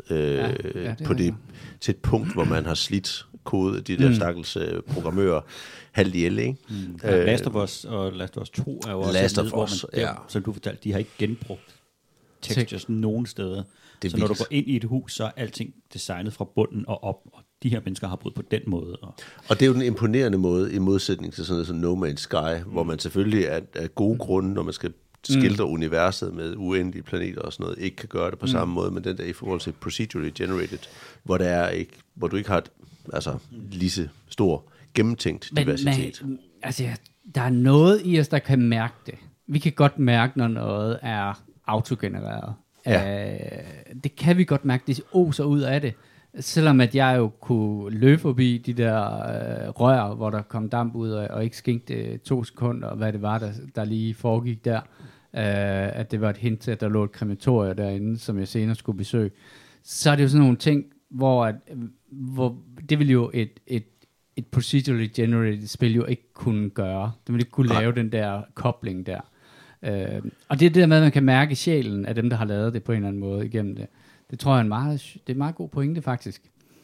til et punkt, hvor man har slidt kode de der stakkels programmører halvt ihjel, ikke? Last of Us og Last of Us 2 er jo også Last of Us, som du fortalte, de har ikke genbrugt textures nogen steder. Så når du går ind i et hus, så er alting designet fra bunden og op, og de her mennesker har brugt på den måde. Og det er jo den imponerende måde, i modsætning til sådan noget som No Man's Sky, hvor man selvfølgelig af gode grunde, når man skal skildre universet med uendelige planeter og sådan noget, ikke kan gøre det på samme måde, men den der i forhold til procedurally generated, hvor du ikke har lige så stor gennemtænkt diversitet. Men, altså, der er noget i os, der kan mærke det. Vi kan godt mærke, når noget er autogenereret. Ja. Det kan vi godt mærke, det oser ud af det. Selvom at jeg jo kunne løbe forbi de der rør, hvor der kom damp ud af, og ikke skænkte 2 sekunder, hvad det var, der lige foregik der. At det var et hint til, at der lå et krematorie derinde, som jeg senere skulle besøge. Så er det jo sådan nogle ting, hvor det ville jo et procedurally generated spil jo ikke kunne gøre. Det ville ikke kunne lave den der kobling der. Og det er det der med, at man kan mærke sjælen af dem, der har lavet det på en eller anden måde igennem det. Det tror jeg det er en meget god pointe, faktisk.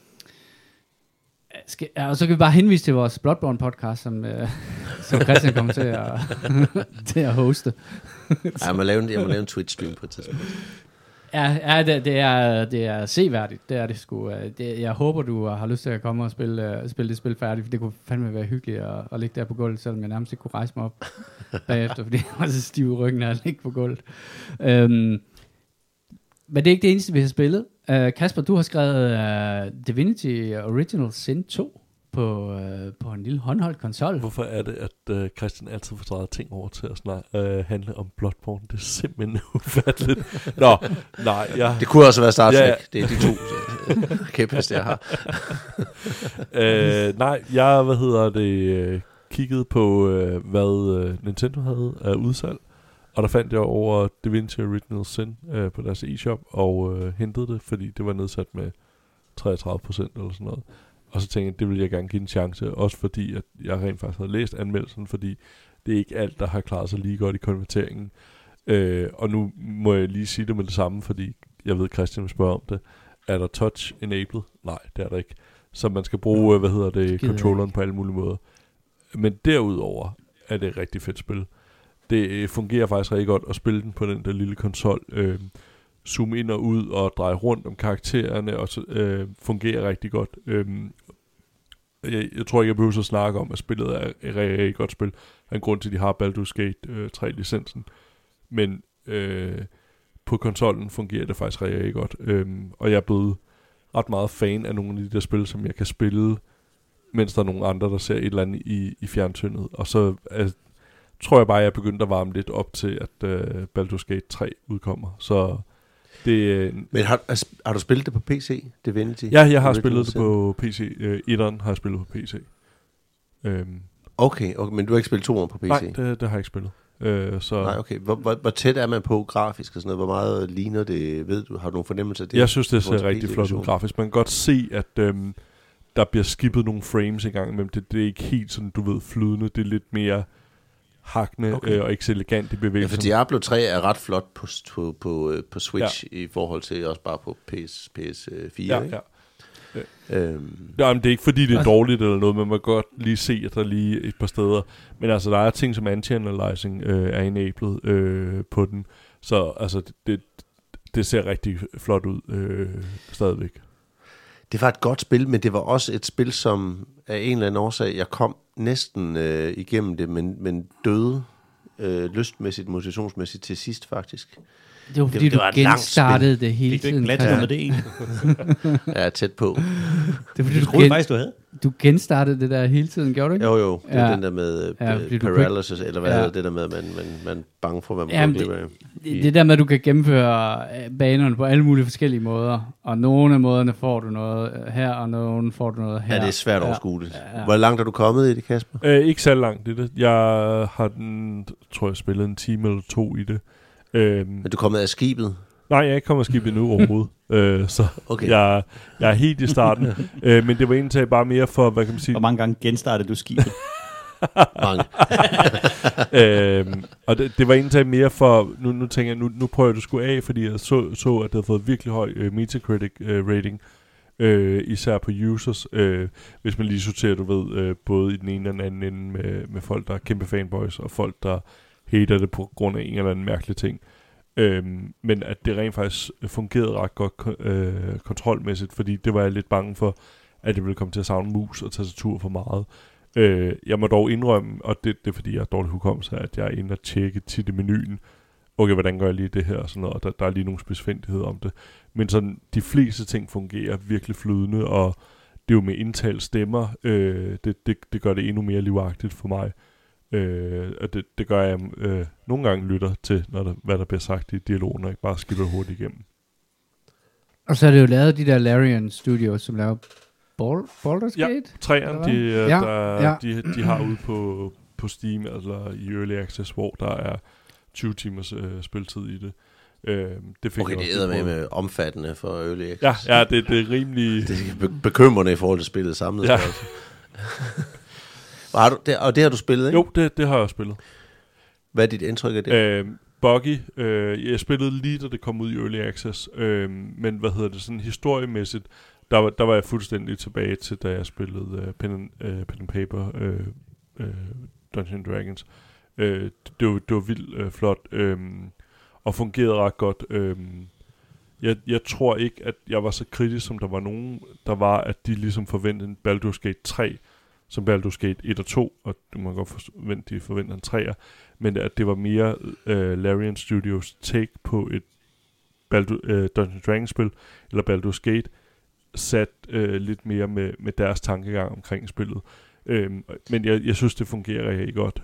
Og så kan vi bare henvise til vores Bloodborne podcast, som Christian kommer til at hoste. Jeg må lave en Twitch-stream på et tidspunkt. Ja, det er seværdigt. Det er det sgu. Jeg håber, du har lyst til at komme og spille det spil færdigt, for det kunne fandme være hyggeligt at ligge der på gulvet, selvom jeg nærmest ikke kunne rejse mig op bagefter, fordi jeg var så stiv i ryggen af at ligge på gulvet. Men det er ikke det eneste, vi har spillet. Kasper, du har skrevet Divinity Original Sin 2 på en lille håndholdt konsol. Hvorfor er det, at Christian altid får drejet ting over til at handle om Bloodborne? Det er simpelthen ufatteligt. Nå, nej. Det kunne også være Star Trek. Ja. Det er de 2 kæpheste, jeg har. Nej, jeg kiggede på, hvad Nintendo havde af udsalg. Og der fandt jeg over Divinity Original Sin på deres e-shop, og hentede det, fordi det var nedsat med 33% eller sådan noget. Og så tænkte jeg, det ville jeg gerne give en chance, også fordi at jeg rent faktisk havde læst anmeldelsen, fordi det er ikke alt, der har klaret sig lige godt i konverteringen. Og nu må jeg lige sige det med det samme, fordi jeg ved, Christian vil spørge om det. Er der touch enabled? Nej, det er der ikke. Så man skal bruge, controlleren på alle mulige måder. Men derudover er det et rigtig fedt spil. Det fungerer faktisk rigtig godt at spille den på den der lille konsol. Zoome ind og ud og dreje rundt om karaktererne, og så fungerer rigtig godt. Jeg tror ikke, jeg behøver at snakke om, at spillet er et rigtig godt spil. Der er en grund til, at de har Baldur's Gate 3-licensen. Men på konsollen fungerer det faktisk rigtig godt. Og jeg er blevet ret meget fan af nogle af de der spil, som jeg kan spille, mens der er nogle andre, der ser et eller andet i fjernsynet. Og så tror jeg bare, at jeg begyndte at varme lidt op til, at Baldur's Gate 3 udkommer. Så det... Men har du spillet det på PC, Divinity? Ja, jeg har spillet det på PC. Etteren har jeg spillet på PC. Okay, men du har ikke spillet 2'eren på PC? Nej, det har jeg ikke spillet. Så Nej, okay. Hvor tæt er man på grafisk og sådan noget? Hvor meget ligner det? Ved du, har du nogen fornemmelse af det? Jeg synes, det ser rigtig flot ud grafisk. Man kan godt se, at der bliver skippet nogle frames i gang, men det er ikke helt sådan, du ved, flydende. Det er lidt mere hakkende og ikke så elegant i bevægelsen. Ja, for Diablo 3 er ret flot på Switch i forhold til også bare på PS4, ja, ikke? Ja. Jamen, det er ikke fordi det er dårligt eller noget, men man kan godt lige se, at der lige et par steder. Men altså, der er ting som anti-analyzing er enabled på den. Så altså, det ser rigtig flot ud stadigvæk. Det var et godt spil, men det var også et spil, som af en eller anden årsag, jeg kom næsten igennem det, men døde lystmæssigt, motivationsmæssigt til sidst faktisk. Det var fordi, du genstartede det hele tiden. Fik du ikke med det egentlig? Jeg er tæt på. Det var fordi, du troede faktisk, du havde. Du genstartede det der hele tiden, gjorde du ikke? Jo. Det er den der med paralysis, eller hvad hedder det der med, at man er bange for, hvad man går glip af. Det der med, at du kan gennemføre banerne på alle mulige forskellige måder, og nogle af måderne får du noget her, og nogle får du noget her. Ja, det er svært overskueligt. Ja. Hvor langt er du kommet i det, Kasper? Ikke så langt i det. Jeg har tror jeg spillet en time eller 2 i det. Er du kommet af skibet? Nej, jeg er ikke kommet af skibet nu overhovedet. Så okay. Jeg er helt i starten. Men det var egentlig bare mere for, hvad kan man sige... Hvor mange gange genstartede du skibet? Mange. Og det var egentlig mere for... Nu tænker jeg, nu prøver jeg at sgu af, fordi jeg så at det havde fået virkelig høj Metacritic rating. Især på users. Hvis man lige sorterer, du ved, både i den ene og den anden ende med folk, der er kæmpe fanboys, og folk, der hater det på grund af en eller anden mærkelig ting. Men at det rent faktisk fungerede ret godt kontrolmæssigt, fordi det var jeg lidt bange for, at det ville komme til at savne mus og tastatur for meget. Jeg må dog indrømme, og det er fordi jeg er dårlig hukommelse, at jeg er inde og tjekke tit i menuen, okay, hvordan gør jeg lige det her og sådan noget, og der er lige nogle spidsfindigheder om det. Men sådan, de fleste ting fungerer virkelig flydende, og det er jo med indtalt stemmer, det gør det endnu mere livagtigt for mig. Og det gør jeg nogle gange lytter til, hvad der bliver sagt i dialogen, og ikke bare skipper hurtigt igennem. Og så er det jo lavet de der Larian Studios, som laver Baldur's Gate? Ja, træerne, de har ude på Steam, eller i Early Access, hvor der er 20 timers spiltid i det. Det fik okay, det er med omfattende for Early Access. Ja, det er rimelig... Det er bekymrende i forhold til spillet samlet. Ja. Og det har du spillet, ikke? Jo, det har jeg spillet. Hvad er dit indtryk af det? Buggy, jeg spillede lige, da det kom ud i Early Access, men hvad hedder det, sådan historiemæssigt, der var jeg fuldstændig tilbage til, da jeg spillede Pen and Paper, Dungeons & Dragons. Det var vildt flot, og fungerede ret godt. Jeg tror ikke, at jeg var så kritisk, som der var nogen, der var, at de ligesom forventede en Baldur's Gate 3, som Baldur's Gate 1 og 2, og du må godt forvente, de forventer en 3'er, men at det var mere Larian Studios take på et Dungeons & Dragons-spil, eller Baldur's Gate, sat lidt mere med deres tankegang omkring spillet. Men jeg synes, det fungerer rigtig godt.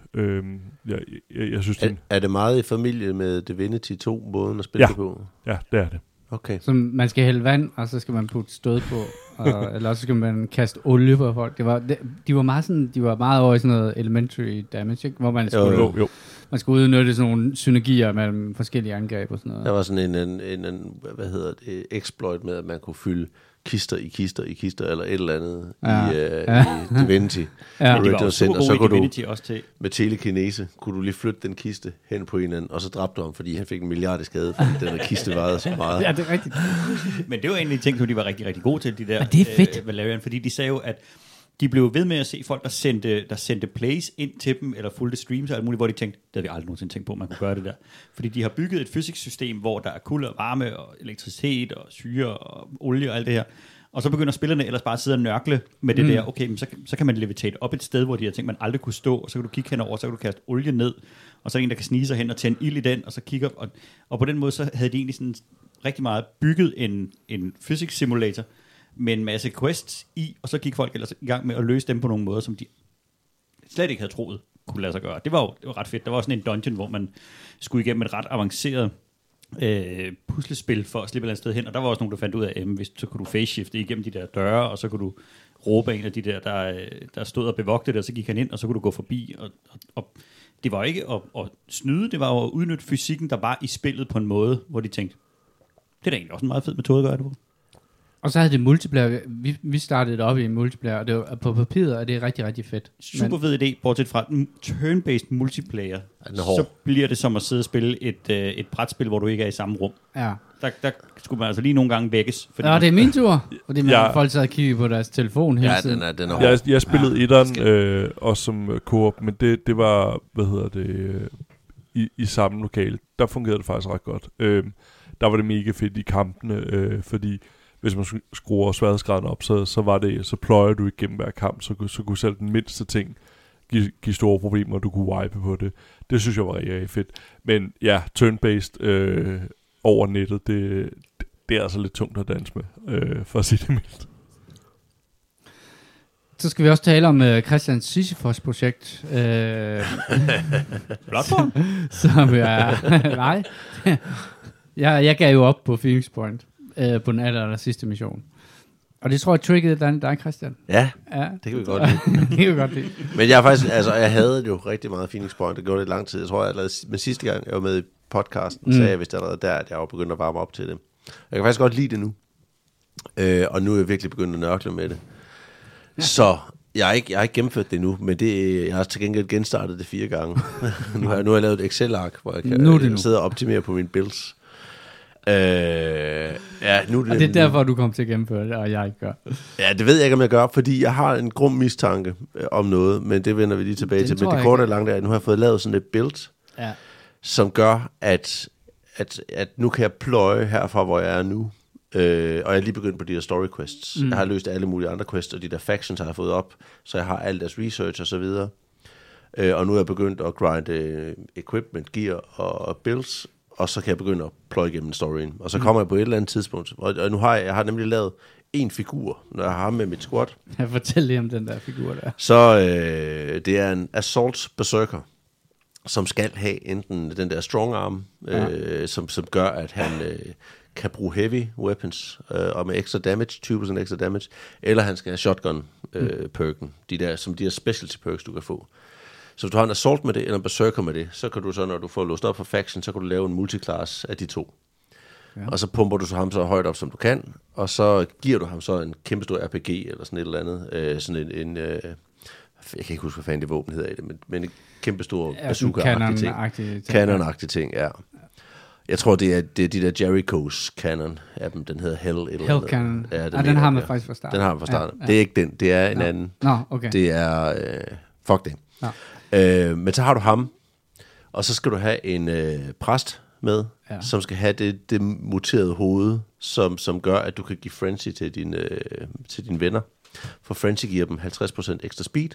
Jeg synes, er det meget i familie med Divinity 2, måden at spille det på? Ja, det er det. Okay. Så man skal hælde vand, og så skal man putte stød på, eller så skal man kaste olie på folk. De var meget over i sådan noget elementary damage, ikke? Hvor man skulle, man skulle udnytte sådan nogle synergier mellem forskellige angreb og sådan noget. Der var sådan en hvad hedder det, exploit med, at man kunne fylde kister i kister, eller et eller andet i Divinity. Ja. Det var jo super god i Divinity også til. Med telekinese kunne du lige flytte den kiste hen på hinanden, og så dræbte du ham, fordi han fik en milliard i skade, fordi den der kiste vejede så meget. Ja, det er rigtigt. Men det var egentlig ting, som de var rigtig, rigtig gode til, de der. Og det er fedt. Valerian, fordi de sagde jo, at de blev ved med at se folk, der sendte plays ind til dem, eller fulgte streams og alt muligt, hvor de tænkte, det havde vi aldrig nogensinde tænkt på, at man kunne gøre det der. Fordi de har bygget et fysikssystem, hvor der er kulde og varme og elektricitet og syre og olie og alt det her. Og så begynder spillerne ellers bare at sidde og nørkle med det der, okay, men så kan man levitate op et sted, hvor de har tænkt, man aldrig kunne stå, og så kan du kigge henover, så kan du kaste olie ned, og så er en, der kan snige sig hen og tænde ild i den, og så kigger, og på den måde, så havde de egentlig sådan rigtig meget bygget en physics simulator, med en masse quests i, og så gik folk ellers i gang med at løse dem på nogle måder, som de slet ikke havde troet kunne lade sig gøre. Det var ret fedt. Der var sådan en dungeon, hvor man skulle igennem et ret avanceret puslespil for at slippe et eller andet sted hen, og der var også nogen, der fandt ud af, at hvis så kunne du face-shifte igennem de der døre, og så kunne du råbe en af de der stod og bevogtede det, og så gik han ind, og så kunne du gå forbi, og det var ikke at snyde, det var jo at udnytte fysikken, der var i spillet på en måde, hvor de tænkte, det er da egentlig også en meget fed metode at gøre det på. Og så havde det multiplayer. Vi startede op i multiplayer, og det var, på papiret er det rigtig, rigtig fedt. Super fed idé, bortset fra turn-based multiplayer. Så bliver det som at sidde og spille et brætspil, hvor du ikke er i samme rum. Ja. Der skulle man altså lige nogle gange vækkes. Fordi det er min tur. Fordi folk sad og kiggede på deres telefon hele tiden. Den er hård. Jeg spillede etteren også som co-op, men det var, i samme lokale. Der fungerede det faktisk ret godt. Der var det mega fedt i kampene, fordi hvis man skruer sværhedsgraden op, så pløjer du igennem hver kamp, så kunne selv den mindste ting give store problemer, og du kunne wipe på det. Det synes jeg var rigtig fedt. Men ja, turn-based over nettet, det er altså lidt tungt at danse med, for at sige det mildt. Så skal vi også tale om Christian Sisyphos-projekt. Bloodborne? Som nej. Jeg gav jo op på Phoenix Point på den aller sidste mission. Og det tror jeg triggede dig, Christian. Ja, det kan vi godt lide. Det kan vi godt lide. Men jeg faktisk, jeg havde jo rigtig meget Phoenix Point, det gjorde det i lang tid. Jeg tror, men sidste gang, jeg var med i podcasten, sagde jeg vist allerede der, at jeg var begyndt at varme op til det. Jeg kan faktisk godt lide det nu. Og nu er jeg virkelig begyndt at nørkle med det. Ja. Så jeg har ikke gennemført det nu, men jeg har til gengæld genstartet det 4 gange. nu har jeg lavet et Excel-ark, hvor jeg kan sidde og optimere på mine builds. Nu og det er derfor, du kommer til at gennemføre det, og jeg ikke gør. Ja, det ved jeg ikke, om jeg gør, fordi jeg har en grum mistanke om noget, men det vender vi lige tilbage til. Men det korte og langt er, at nu har jeg fået lavet sådan et build, som gør, at nu kan jeg pløje herfra, hvor jeg er nu. Og jeg er lige begyndt på de her story quests. Jeg har løst alle mulige andre quests, og de der factions har jeg fået op, så jeg har alt deres research og så videre. Og nu er jeg begyndt at grinde equipment, gear og builds, og så kan jeg begynde at pløje igennem storyen. Og så kommer jeg på et eller andet tidspunkt, og nu har jeg nemlig lavet en figur, når jeg har ham med mit squad. Jeg fortæller lige om den der figur der. Så det er en Assault Berserker, som skal have enten den der strong arm, som gør, at han kan bruge heavy weapons, og med ekstra damage, 20% ekstra damage, eller han skal have shotgun-perken, de der specialty perks, du kan få. Så hvis du har en assault med det, eller en berserker med det, så kan du så, når du får låst op for faction, så kan du lave en multiclass af de to. Ja. Og så pumper du så ham så højt op, som du kan, og så giver du ham så en kæmpe stor RPG, eller sådan et eller andet, sådan en jeg kan ikke huske, hvad fanden det våben hedder i det, men en kæmpe stor bazooka-agtig ting. Canon-agtig ting, ja. Jeg tror, det er de der Jerichos Canon af dem, den hedder Hell Cannon. Ja, den har man faktisk fra starten. Den har man fra starten. Ja. Det er ikke den, det er en anden. Okay. Det er, fuck det. Men så har du ham, og så skal du have en præst med, som skal have det muterede hoved, som gør, at du kan give frenzy til dine venner. For frenzy giver dem 50% ekstra speed.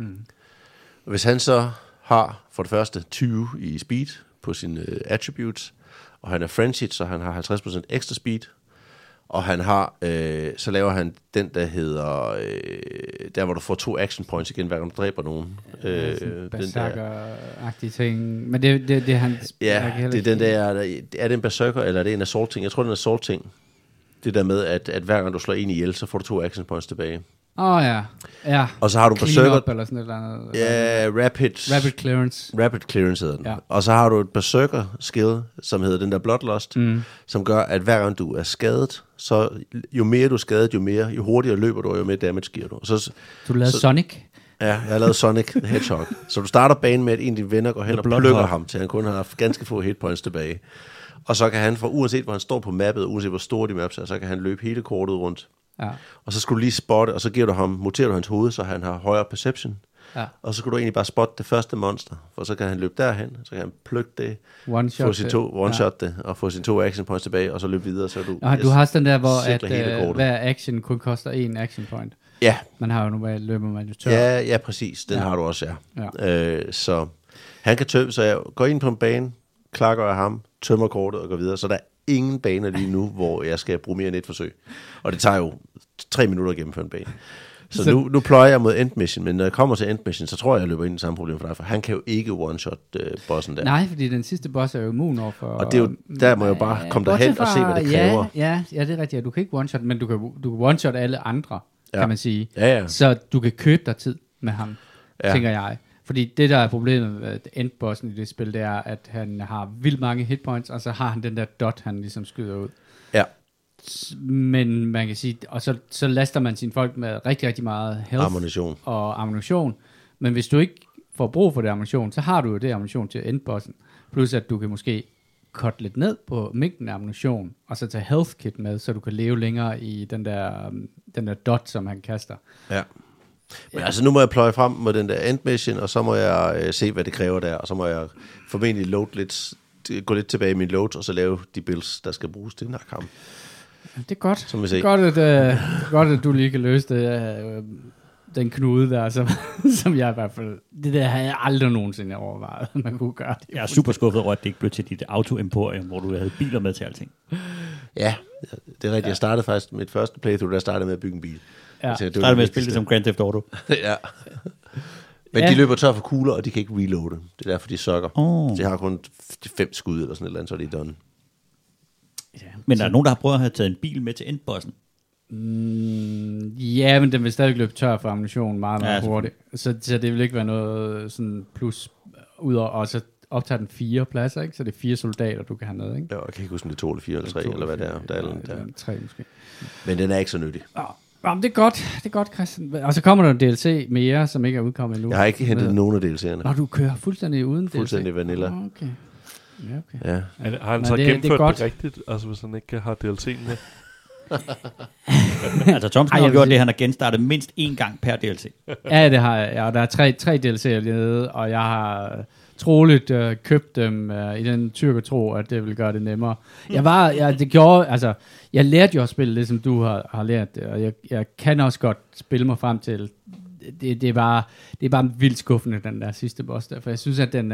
Hvis han så har for det første 20 i speed på sine attributes, og han er frenzied, så han har 50% ekstra speed, og han har, så laver han den, der hedder, der hvor du får 2 action points igen, hver gang du dræber nogen. Berserker-agtige ting. Men det er hans... Ja, det er den der, er det en berserker, eller er det en assault ting? Jeg tror, det er en assault ting. Det der med, at hver gang du slår en ihjel, så får du 2 action points tilbage. Ja. Og så har du berserker... eller sådan et eller andet. Ja, rapid clearance. Rapid clearance hedder den. Ja. Og så har du et berserker skill, som hedder den der bloodlust, som gør, at hver gang du er skadet, så jo mere du er skadet, jo hurtigere løber du, og jo mere damage giver du. Så, du lavede Sonic? Ja, jeg har lavet Sonic the Hedgehog. Så du starter banen med, at en af dine venner går hen og plukker ham, til han kun har haft ganske få hitpoints tilbage. Og så kan han, uanset hvor han står på mappet, uanset hvor store de maps er, så kan han løbe hele kortet rundt. Ja. Og så skal du lige spotte, og så muterer du hans hoved, så han har højere perception. Ja. Og så skal du egentlig bare spotte det første monster, for så kan han løbe derhen, så kan han plukke det, one-shot det, og få sine 2 action points tilbage, og så løbe videre, så du... du har sådan der, hvor hver action kun koster 1 action point. Ja. Man har jo normalt løber man jo tør. Ja, præcis. Den har du også, så han kan tømme, så jeg går ind på en bane, klakker jeg ham, tømmer kortet og går videre, så der er ingen baner lige nu, hvor jeg skal bruge mere end et forsøg. Og det tager jo 3 minutter at gennemføre en bane. Så nu pløjer jeg mod endmission, men når jeg kommer til endmission, så tror jeg løber ind i samme problem for dig, for han kan jo ikke one-shot bossen der. Nej, fordi den sidste boss er jo immun overfor... Og det er jo, der må jeg jo bare komme derhen og se, hvad det kræver. Ja, det er rigtigt. Du kan ikke one-shot, men du kan one-shot alle andre, kan man sige. Ja. Så du kan købe dig tid med ham, tænker jeg. Fordi det, der er problemet med endbossen i det spil, det er, at han har vildt mange hitpoints, og så har han den der dot, han ligesom skyder ud. Ja. Men man kan sige, og så laster man sine folk med rigtig, rigtig meget health og ammunition. Men hvis du ikke får brug for det ammunition, så har du jo det ammunition til endbossen. Plus at du kan måske cut lidt ned på mængden af ammunition, og så tage health kit med, så du kan leve længere i den der dot, som han kaster. Ja. Men altså nu må jeg pløje frem med den der end mission, og så må jeg se, hvad det kræver der, og så må jeg formentlig gå lidt tilbage i min load, og så lave de builds, der skal bruges til den her kamp. Det er godt. Som vi det er godt, at du lige kan løse det, den knude der, som jeg i hvert fald... Det der havde jeg aldrig nogensinde overvejet, at man kunne gøre det. Jeg er super skuffet over, at det ikke blev til dit auto-emporium, hvor du havde biler med til alting. Ja, det er rigtigt. Jeg startede faktisk mit første playthrough, der startede med at bygge en bil. Ja. Startede med at spille det som Grand Theft Auto. Ja. Men de løber tør for kugler, og de kan ikke reloade. Det er derfor, de sukker. De har kun 5 skud eller sådan et eller andet, så er de done. Ja. Men der er nogen, der har prøvet at have taget en bil med til endbossen. Ja, men den vil stadig løbe tør for ammunition meget hurtigt. Så det vil ikke være noget sådan plus ud over, og så optager den 4 pladser, ikke? Så det er 4 soldater, du kan have med, ikke? Ja, jeg kan ikke huske, om det er 2 eller 4 eller 3, eller hvad det er. Der er 3 måske. Men den er ikke så nyttig. Ja, det er godt, Christian. Og så kommer der en DLC mere, som ikke er udkommet endnu. Jeg har ikke hentet nogen af DLC'erne. Når du kører fuldstændig uden DLC? Fuldstændig vanilla. Okay. Ja, okay. Ja. Har han så gennemført det rigtigt, altså hvis han ikke har DLC'en med? Altså Thomsen har gjort det, han har genstartet mindst 1 gang per DLC. Ja, det har jeg. Ja, og der er 3 DLC'er nede, og jeg har troligt købt dem i den tyrkertro, at det vil gøre det nemmere. Jeg lærte jo at spille det, som du har lært det, og jeg kan også godt spille mig frem til. Det er bare vildt skuffende, den der sidste boss der, for jeg synes, at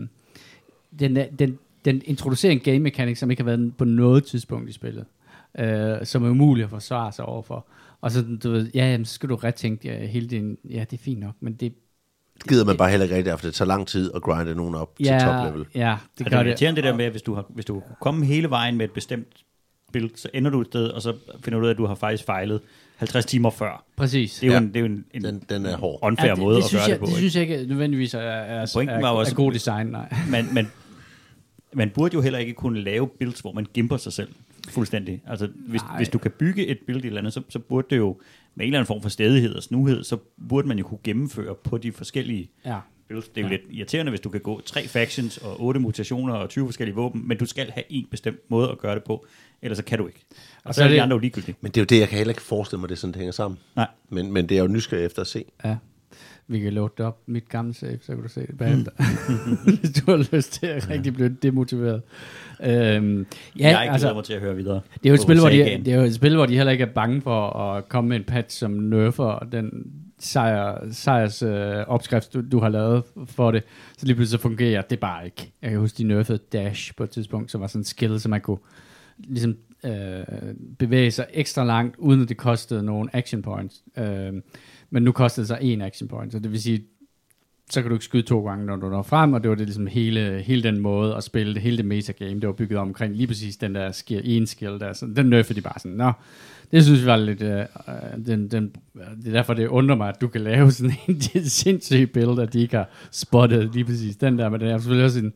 den introducerer en game mechanic, som ikke har været på noget tidspunkt i spillet. Som er umuligt at forsvare sig overfor. Og så, du ved, så skal du retænke hele din... Ja, det er fint nok, men det gider man bare heller ikke rigtigt, for det tager lang tid at grinde nogen op til top level. Ja, det gør det. Det der med, at hvis du kommer hele vejen med et bestemt build, så ender du et sted, og så finder du ud af, at du har faktisk fejlet 50 timer før. Præcis. Det er jo den er hård. Unfair måde at gøre det på. Det synes jeg ikke nødvendigvis er god design, nej. Men man burde jo heller ikke kunne lave builds, hvor man gimper sig selv fuldstændig. Altså, hvis du kan bygge et build i et eller andet, så burde det jo med en eller anden form for stædighed og snuhed, så burde man jo kunne gennemføre på de forskellige builds. Det er jo lidt irriterende, hvis du kan gå 3 factions og 8 mutationer og 20 forskellige våben, men du skal have en bestemt måde at gøre det på, ellers så kan du ikke. Og så er de andre jo ligegyldige. Men det er jo det, jeg kan heller ikke forestille mig, det sådan, det hænger sammen. Nej. Men det er jo nysgerrig efter at se. Ja. Vi kan loade det op, mit gamle save, så kan du se det bagefter. Hvis du har lyst til at rigtig blive demotiveret. Jeg er ikke glæder mig til at høre videre. Det er jo et spil, hvor de heller ikke er bange for at komme med en patch, som nerfer den sejrs opskrift, du har lavet for det. Så lige pludselig så fungerer det bare ikke. Jeg kan huske, de nerfede Dash på et tidspunkt, som var sådan en skill, som man kunne ligesom bevæge sig ekstra langt, uden at det kostede nogle action points. Men nu kostede det så 1 action point, så det vil sige, så kan du ikke skyde 2 gange, når du når frem, og det var det ligesom hele den måde at spille det, hele det metagame, det var bygget omkring lige præcis den der skill der, så den nerfede de bare sådan, nå, det synes vi var lidt, det er derfor det undrer mig, at du kan lave sådan en sindssyg build, at de ikke har spottet lige præcis den der, men det er selvfølgelig også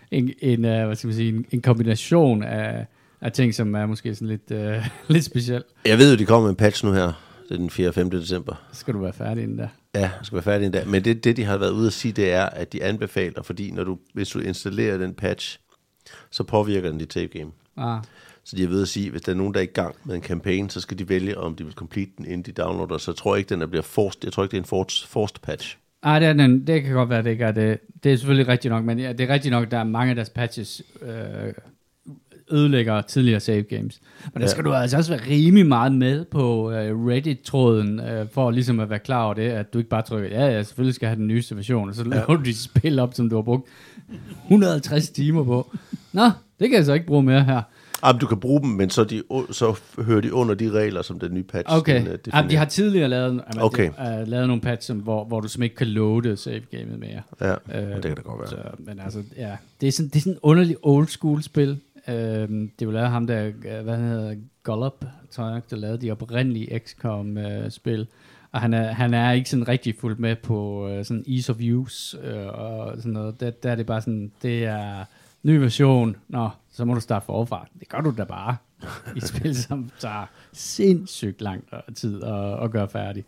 en kombination af ting, som er måske sådan lidt speciel. Jeg ved jo, de kommer med en patch nu her. Det er den 4. og 5. december. Skal du være færdig inden da? Ja, jeg skal være færdig inden da. Men det, de har været ude at sige, det er, at de anbefaler, fordi hvis du installerer den patch, så påvirker den dit save game. Så de er ved at sige, hvis der er nogen, der er i gang med en campaign, så skal de vælge, om de vil complete den, inden de downloader. Så jeg tror ikke, den bliver forced. Jeg tror ikke, det er en forced patch. Det kan godt være, det gør det. Det er selvfølgelig rigtigt nok, men det er rigtigt nok, der er mange af deres patches ødelægger tidligere save games. Men der skal du altså også være rimelig meget med på Reddit-tråden, for ligesom at være klar over det, at du ikke bare trykker, ja, selvfølgelig skal have den nyeste version, og så laver du dit spil op, som du har brugt 150 timer på. Nå, det kan jeg så ikke bruge mere her. Jamen, du kan bruge dem, men så hører de under de regler, som den nye patch. Okay. De har tidligere lavet nogle patch, hvor du simpelthen ikke kan loade save-gamet mere. Ja, det kan da godt være. Så, men altså, ja, det er sådan en underlig old school spil. Det er jo lavet ham der, hvad hedder Gollop, tror jeg, der lavede de oprindelige XCOM-spil. Og han er ikke sådan rigtig fuldt med på sådan ease of use og sådan noget. Der er det bare sådan, det er ny version. Nå, så må du starte forfra. Det gør du da bare. I et spil, som tager sindssygt lang tid at gøre færdig.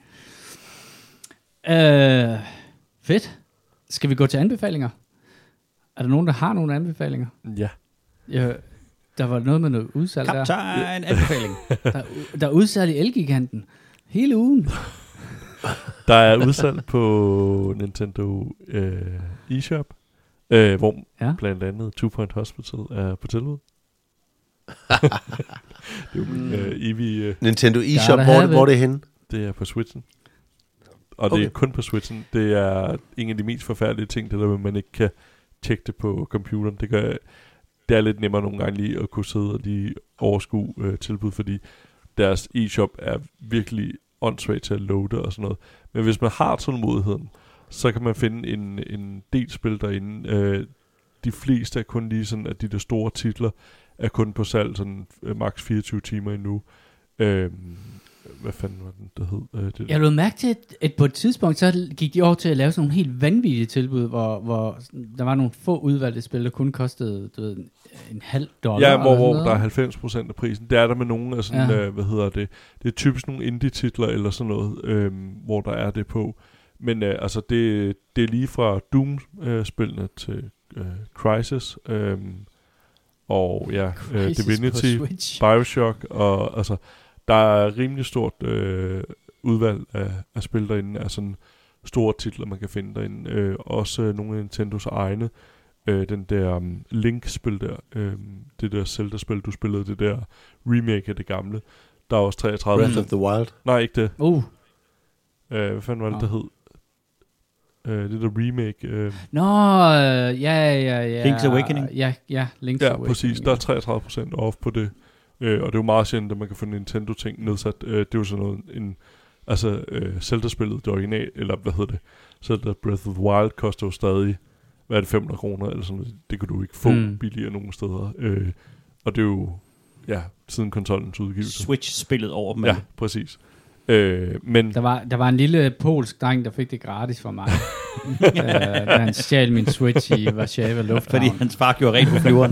Fedt. Skal vi gå til anbefalinger? Er der nogen, der har nogle anbefalinger? Ja. Der var noget med noget udsalg der. Kaptajn, anbefaling. Der er udsalg i Elgiganten. Hele ugen. Der er udsalg på Nintendo eShop, hvor blandt andet 2 Point Hospital er på tilbud. Det er jo evige... Nintendo eShop, hvor er det henne? Det er på Switchen. Og det er kun på Switchen. Det er en af de mest forfærdelige ting, det der med, at man ikke kan tjekke det på computeren. Det er lidt nemmere nogle gange lige at kunne sidde og lige overskue tilbud, fordi deres eShop er virkelig åndssvagt til at loade og sådan noget. Men hvis man har tålmodigheden, så kan man finde en del spil derinde. De fleste er kun lige sådan, at de der store titler er kun på salg sådan maks 24 timer endnu. Hvad fanden var den, der hed? Jeg lod mærke til, at på et tidspunkt, så gik de over til at lave sådan nogle helt vanvittige tilbud, hvor der var nogle få udvalgte spil, der kun kostede, du ved, $0,50. Ja, hvor der er 90% af prisen. Det er der med nogle af sådan, det er typisk nogle indie-titler eller sådan noget, hvor der er det på. Men altså, det er lige fra Doom-spillene til Crysis, og ja, Divinity, Bioshock, og altså, der er rimelig stort udvalg af spil derinde, af sådan store titler, man kan finde derinde. Også nogle af Nintendos egne. Den der Link-spil der, det der Zelda-spil, du spillede, det der remake af det gamle. Der er også 33... Breath of the Wild? Nej, ikke det. Hvad fanden var det, der hed? Det der remake... ja. Link's Awakening? Ja, Link's Awakening. Ja, præcis. Der er 33% off på det. Og det er jo meget sjældent, at man kan få Nintendo-ting nedsat. Det er jo sådan noget, Zelda-spillet, det original, eller hvad hedder det? Zelda Breath of the Wild koster jo stadig, hvad er det, 500 kroner, eller sådan noget. Det kan du ikke få billigere nogen steder. Og det er jo, siden konsollens udgivelse. Switch-spillet over dem. Ja, præcis. Men der var en lille polsk dreng, der fik det gratis for mig, da han stjal min Switch i Warszawa Lufthavn. Fordi hans far gjorde rent på flyveren.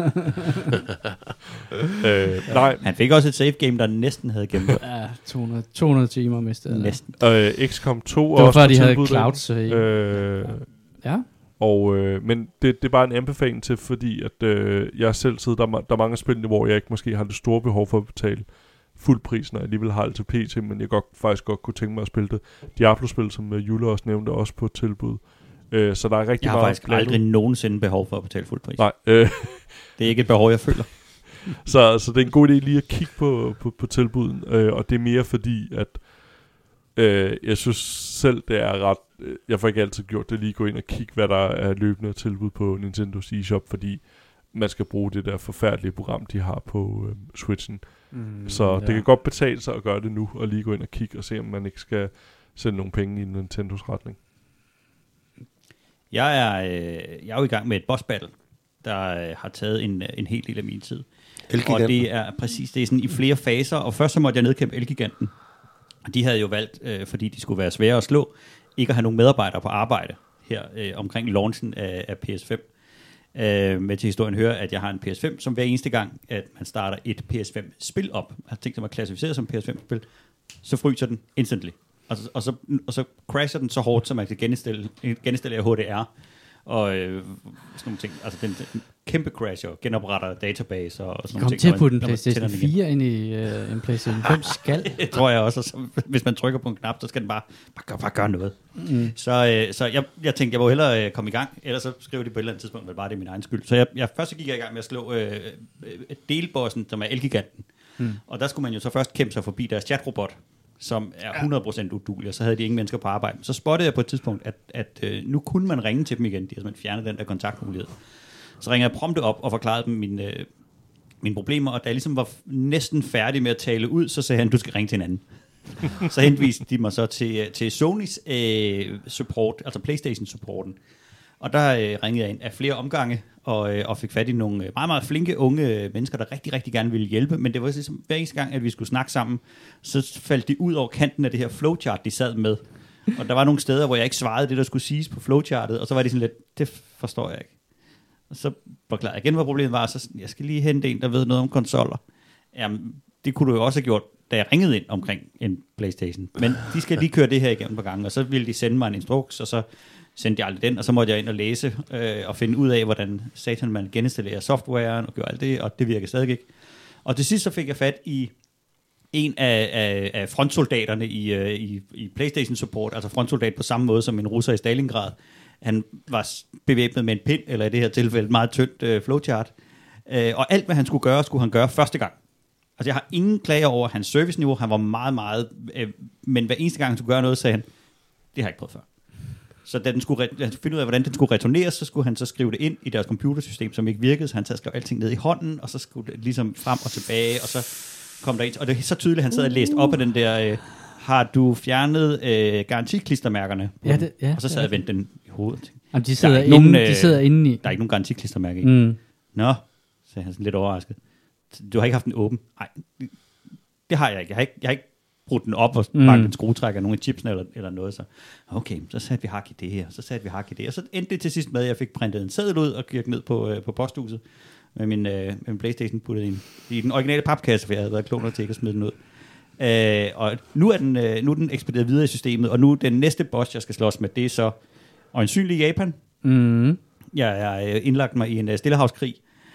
Nej. Han fik også et save game, der næsten havde gennemført. Ja, 200 timer mistede. Næsten. XCOM 2 det var før, de havde cloud save. Ja. Og, men det er bare en anbefaling til, fordi at jeg selv sidder, der er mange spil, hvor jeg ikke måske har det store behov for at betale fuld pris, når jeg alligevel har det til PC, men jeg faktisk godt kunne tænke mig at spille det. Diablo-spil, som Jule også nævnte, også på et tilbud. Så der er rigtig meget... Jeg har faktisk aldrig nogensinde behov for at betale fuld pris. Nej. Det er ikke et behov, jeg føler. så det er en god idé lige at kigge på tilbuden, og det er mere fordi, at jeg synes selv, det er ret... Jeg får ikke altid gjort det, lige gå ind og kigge, hvad der er løbende tilbud på Nintendos eShop, fordi man skal bruge det der forfærdelige program, de har på Switchen. Så det kan godt betale sig at gøre det nu, og lige gå ind og kigge og se, om man ikke skal sende nogle penge i Nintendos retning. Jeg er jo i gang med et boss battle, der har taget en hel del af min tid. Elgiganten. Og det er præcis, det er sådan i flere faser, og først så måtte jeg nedkæmpe Elgiganten. Og de havde jo valgt, fordi de skulle være svære at slå, ikke at have nogen medarbejdere på arbejde her omkring launchen af PS5. Med til historien hører, at jeg har en PS5, som hver eneste gang, at man starter et PS5-spil op, har tænkt sig at klassificere som PS5-spil, så fryser den instantly. Og så crasher den så hårdt, så man kan genindstille HDR og sådan nogle ting. Altså den kæmpe crasher, genopretter database og sådan nogle ting. Kom til at putte en PlayStation 4 ind i en PlayStation 5 skal. Det tror jeg også. Så, hvis man trykker på en knap, så skal den bare gøre noget. Så jeg tænkte, jeg må hellere komme i gang, ellers så skriver de på et eller andet tidspunkt, vel bare det er min egen skyld. Så jeg først så gik jeg i gang med at slå delbossen, som er Elgiganten. Og der skulle man jo så først kæmpe sig forbi deres chatrobot, som er 100% uduelig, og så havde de ingen mennesker på arbejde. Så spottede jeg på et tidspunkt, at nu kunne man ringe til dem igen. De har simpelthen fjernet den der kontaktmulighed. Så ringer jeg prompte op og forklarede dem mine problemer, og da jeg ligesom var næsten færdig med at tale ud, så sagde han, du skal ringe til en anden. Så henviste de mig så til Sonys support, altså PlayStation-supporten. Og der ringede jeg ind af flere omgange, og fik fat i nogle meget, meget flinke unge mennesker, der rigtig, rigtig gerne ville hjælpe. Men det var ligesom hver eneste gang, at vi skulle snakke sammen, så faldt de ud over kanten af det her flowchart, de sad med. Og der var nogle steder, hvor jeg ikke svarede det, der skulle siges på flowchartet, og så var de sådan lidt, det forstår jeg ikke. Og så forklarede jeg igen, hvad problemet var, så jeg skal lige hente en, der ved noget om konsoller. Jamen, det kunne du jo også have gjort, da jeg ringede ind omkring en PlayStation. Men de skal lige køre det her igennem på gange, og så ville de sende mig en instruks, og så sendte jeg aldrig den, og så måtte jeg ind og læse og finde ud af, hvordan satan man geninstallerer softwaren og gør alt det, og det virker stadig ikke. Og til sidst så fik jeg fat i en af frontsoldaterne i PlayStation Support, altså frontsoldat på samme måde som en russer i Stalingrad. Han var bevæbnet med en pind, eller i det her tilfælde et meget tyndt flowchart. Og alt, hvad han skulle gøre, skulle han gøre første gang. Altså jeg har ingen klager over hans serviceniveau. Han var meget, meget... men hver eneste gang, han skulle gøre noget, sagde han, det har jeg ikke prøvet før. Så da den skulle finde ud af, hvordan den skulle returneres, så skulle han så skrive det ind i deres computersystem, som ikke virkede, så han skrev alting ned i hånden, og så skulle det ligesom frem og tilbage, og så kom der ind. Og det er så tydeligt, at han sad og læste op af den der... har du fjernet garantiklistermærkerne? Ja, og så sad jeg og vendte den i hovedet. Jamen, de sidder inde i. Der er ikke nogen garantiklistermærke i. Mm. Nå, sagde han sådan lidt overrasket. Du har ikke haft den åben? Nej, det har jeg ikke. Jeg har ikke brudt den op og banket en skruetrækker af nogle af chipsene eller noget. Så okay, så satte vi hak i det her, så satte vi hak i det. Og så endte det til sidst med, at jeg fik printet en seddel ud og kirket ned på posthuset med min PlayStation puttet i den originale papkasse, for jeg havde været klog nok til ikke at smide den ud. Og nu er den ekspederet videre i systemet, og nu den næste boss, jeg skal slås med, det er så øjensynligt Japan. Mm. Jeg er indlagt mig i en stillehavskrig,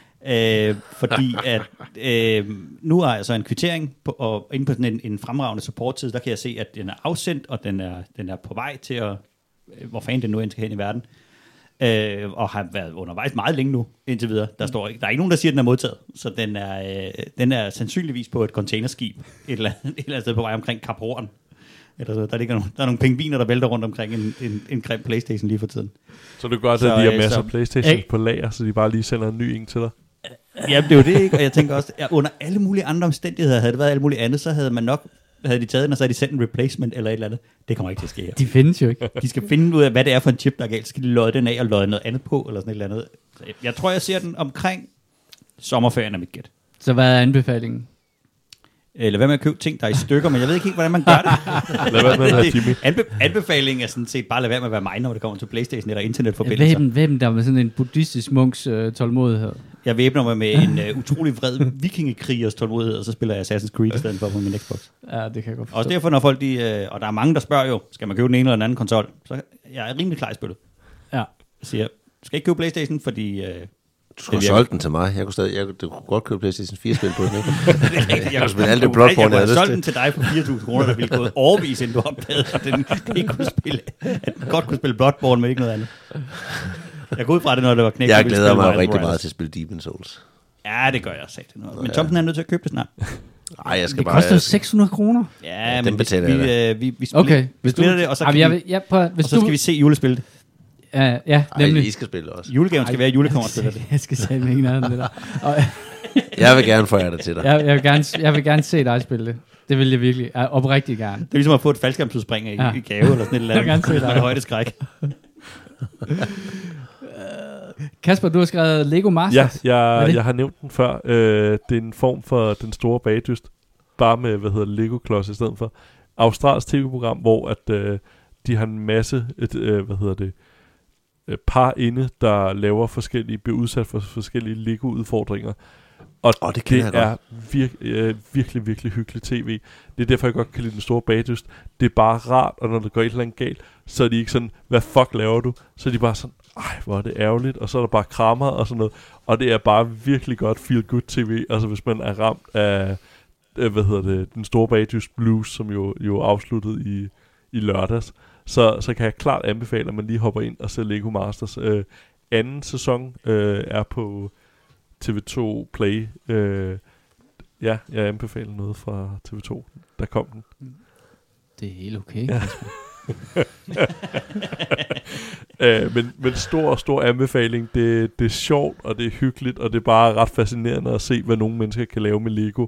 fordi at nu er jeg så en kvittering og inde på sådan en fremragende supportside, der kan jeg se, at den er afsendt, og den er på vej til at, hvor fanden den nu end skal hen i verden, og har været undervejs meget længe nu, indtil videre. Der er ikke nogen, der siger, at den er modtaget, så den er sandsynligvis på et containerskib et eller andet sted på vej omkring Kap Horn. Eller så. Der er nogle pingviner, der vælter rundt omkring en grim PlayStation lige for tiden. Så det er godt, at de har masser af PlayStation på lager, så de bare lige sender en ny en til dig? Ja, det er jo det, ikke? Og jeg tænker også, at under alle mulige andre omstændigheder, havde det været alt muligt andet, så havde de taget den, og så havde de sendt en replacement eller et eller andet. Det kommer ikke til at ske her. De findes jo ikke. De skal finde ud af, hvad det er for en chip, der er galt. Så skal de lodde den af og lodde noget andet på, eller sådan et eller andet. Så jeg tror, jeg ser den omkring sommerferien af mit gæt. Så hvad er anbefalingen? Eller hvad med at købe ting, der er i stykker, men jeg ved ikke helt, hvordan man gør det. Lad være med at Jimmy. Anbefalingen er sådan set bare lade være med at være mig, når det kommer til PlayStation eller internetforbindelser. Hvem der med sådan en buddhistisk munks tålmodighed? Jeg væbner mig med en utrolig vred vikingekrigers tålmodighed, og så spiller jeg Assassin's Creed i stedet for på min Xbox. Ja, det kan jeg godt forstå. Også derfor, når folk og der er mange, der spørger jo, skal man købe den ene eller den anden konsol? Så jeg er rimelig klar i spillet. Ja. Jeg siger, du skal ikke købe PlayStation, fordi... Du skulle have solgt den til mig. Du kunne godt købe PlayStation 4-spil på den, ikke? Jeg kunne spille alt det Bloodborne, jeg havde solgt den til dig for 4.000 kroner, der ville gå overvis, inden du opdagede, at den ikke kunne spille, at den godt kunne spille Bloodborne, men ikke noget andet. Jeg går ud fra det, når det var knægt. Jeg glæder mig rigtig meget til at spille Demon's Souls. Ja, det gør jeg sagt. Men Thomsen er nødt til at købe det snart. Ej, jeg skal det bare... koster 600 kroner. Ja, men vi okay, vi spiller det, og så, skal vi se julespil det. Ja, nemlig. I skal spille også. Julegaven skal være julekommerspiller det. Jeg skal sige mig ikke noget af det der. Jeg vil gerne forære det til dig. Jeg vil gerne se dig spille det. Det vil jeg virkelig. Oprigtigt gerne. Det er ligesom at få et faldskærmsudspring i gave, eller sådan et eller andet. Jeg vil gerne se dig. Højdeskræk. Kasper, du har skrevet Lego Masters. Ja, jeg har nævnt den før. Det er en form for den store bagdyst. Bare med, Lego-klods i stedet for. Australsk tv-program, hvor at, de har en masse, par inde, der laver bliver udsat for forskellige Lego-udfordringer. Og det er virkelig, virkelig hyggeligt tv. Det er derfor, jeg godt kan lide den store bagdyst. Det er bare rart, og når det går et eller andet galt, så er de ikke sådan, hvad fuck laver du? Så er de bare sådan, ej, hvor er det ærgerligt, og så er der bare krammer og sådan noget. Og det er bare virkelig godt feel good tv. Altså hvis man er ramt af, den store bagdyst blues, som jo afsluttede i lørdags. Så kan jeg klart anbefale, at man lige hopper ind og ser Lego Masters. Anden sæson er på TV2 Play. Jeg anbefaler noget fra TV2. Der kom den. Det er helt okay. Ja. Men stor anbefaling. Det er sjovt, og det er hyggeligt, og det er bare ret fascinerende at se, hvad nogle mennesker kan lave med Lego.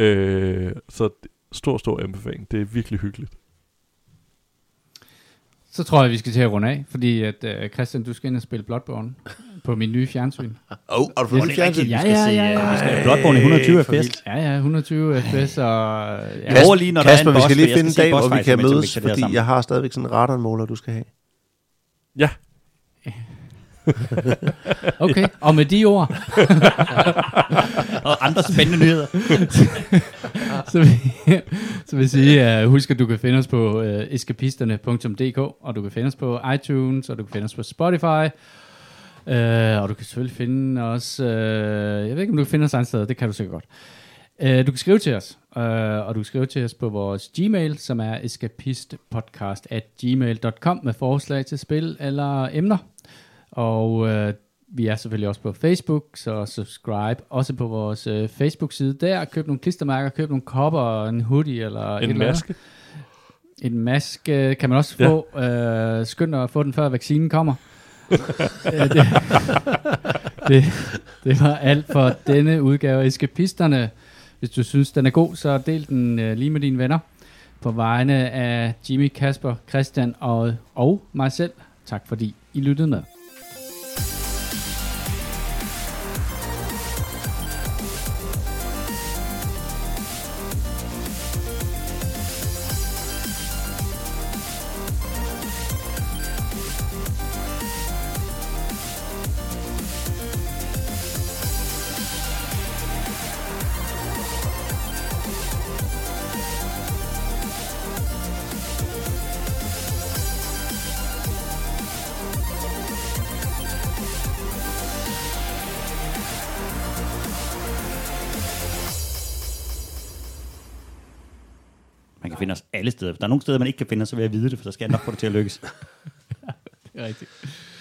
Så stor anbefaling. Det er virkelig hyggeligt. Så tror jeg, vi skal til at runde af, fordi at Christian, du skal ind og spille Bloodborne på min nye fjernsyn. Har du fået det fjernsyn? Ja. Vi skal have Bloodborne i 120 fps. Ja, 120 fps, og... Kasper, vi skal lige finde en dag, hvor vi kan mødes, fordi jeg har stadigvæk sådan en radonmåler, du skal have. Ja. Okay, og med de ord... og andre spændende nyheder. så vil jeg sige, husk at du kan finde os på eskapisterne.dk, og du kan finde os på iTunes, og du kan finde os på Spotify, og du kan selvfølgelig finde os, jeg ved ikke om du kan finde os andre steder, det kan du sikkert godt. Du kan skrive til os, og du kan skrive til os på vores Gmail, som er escapistpodcast@gmail.com med forslag til spil eller emner. Og vi er selvfølgelig også på Facebook, så subscribe også på vores Facebook-side der. Køb nogle klistermærker, køb nogle kopper, en hoodie eller en maske. En maske kan man også få. Skynd at få den, før vaccinen kommer. Det var alt for denne udgave af Eskapisterne. Hvis du synes, den er god, så del den lige med dine venner. På vegne af Jimmy, Kasper, Christian og mig selv. Tak fordi I lyttede med. Man kan finde os alle steder. Hvis der er nogle steder, man ikke kan finde os, så vil jeg vide det, for så skal jeg nok få det til at lykkes. Det er rigtigt.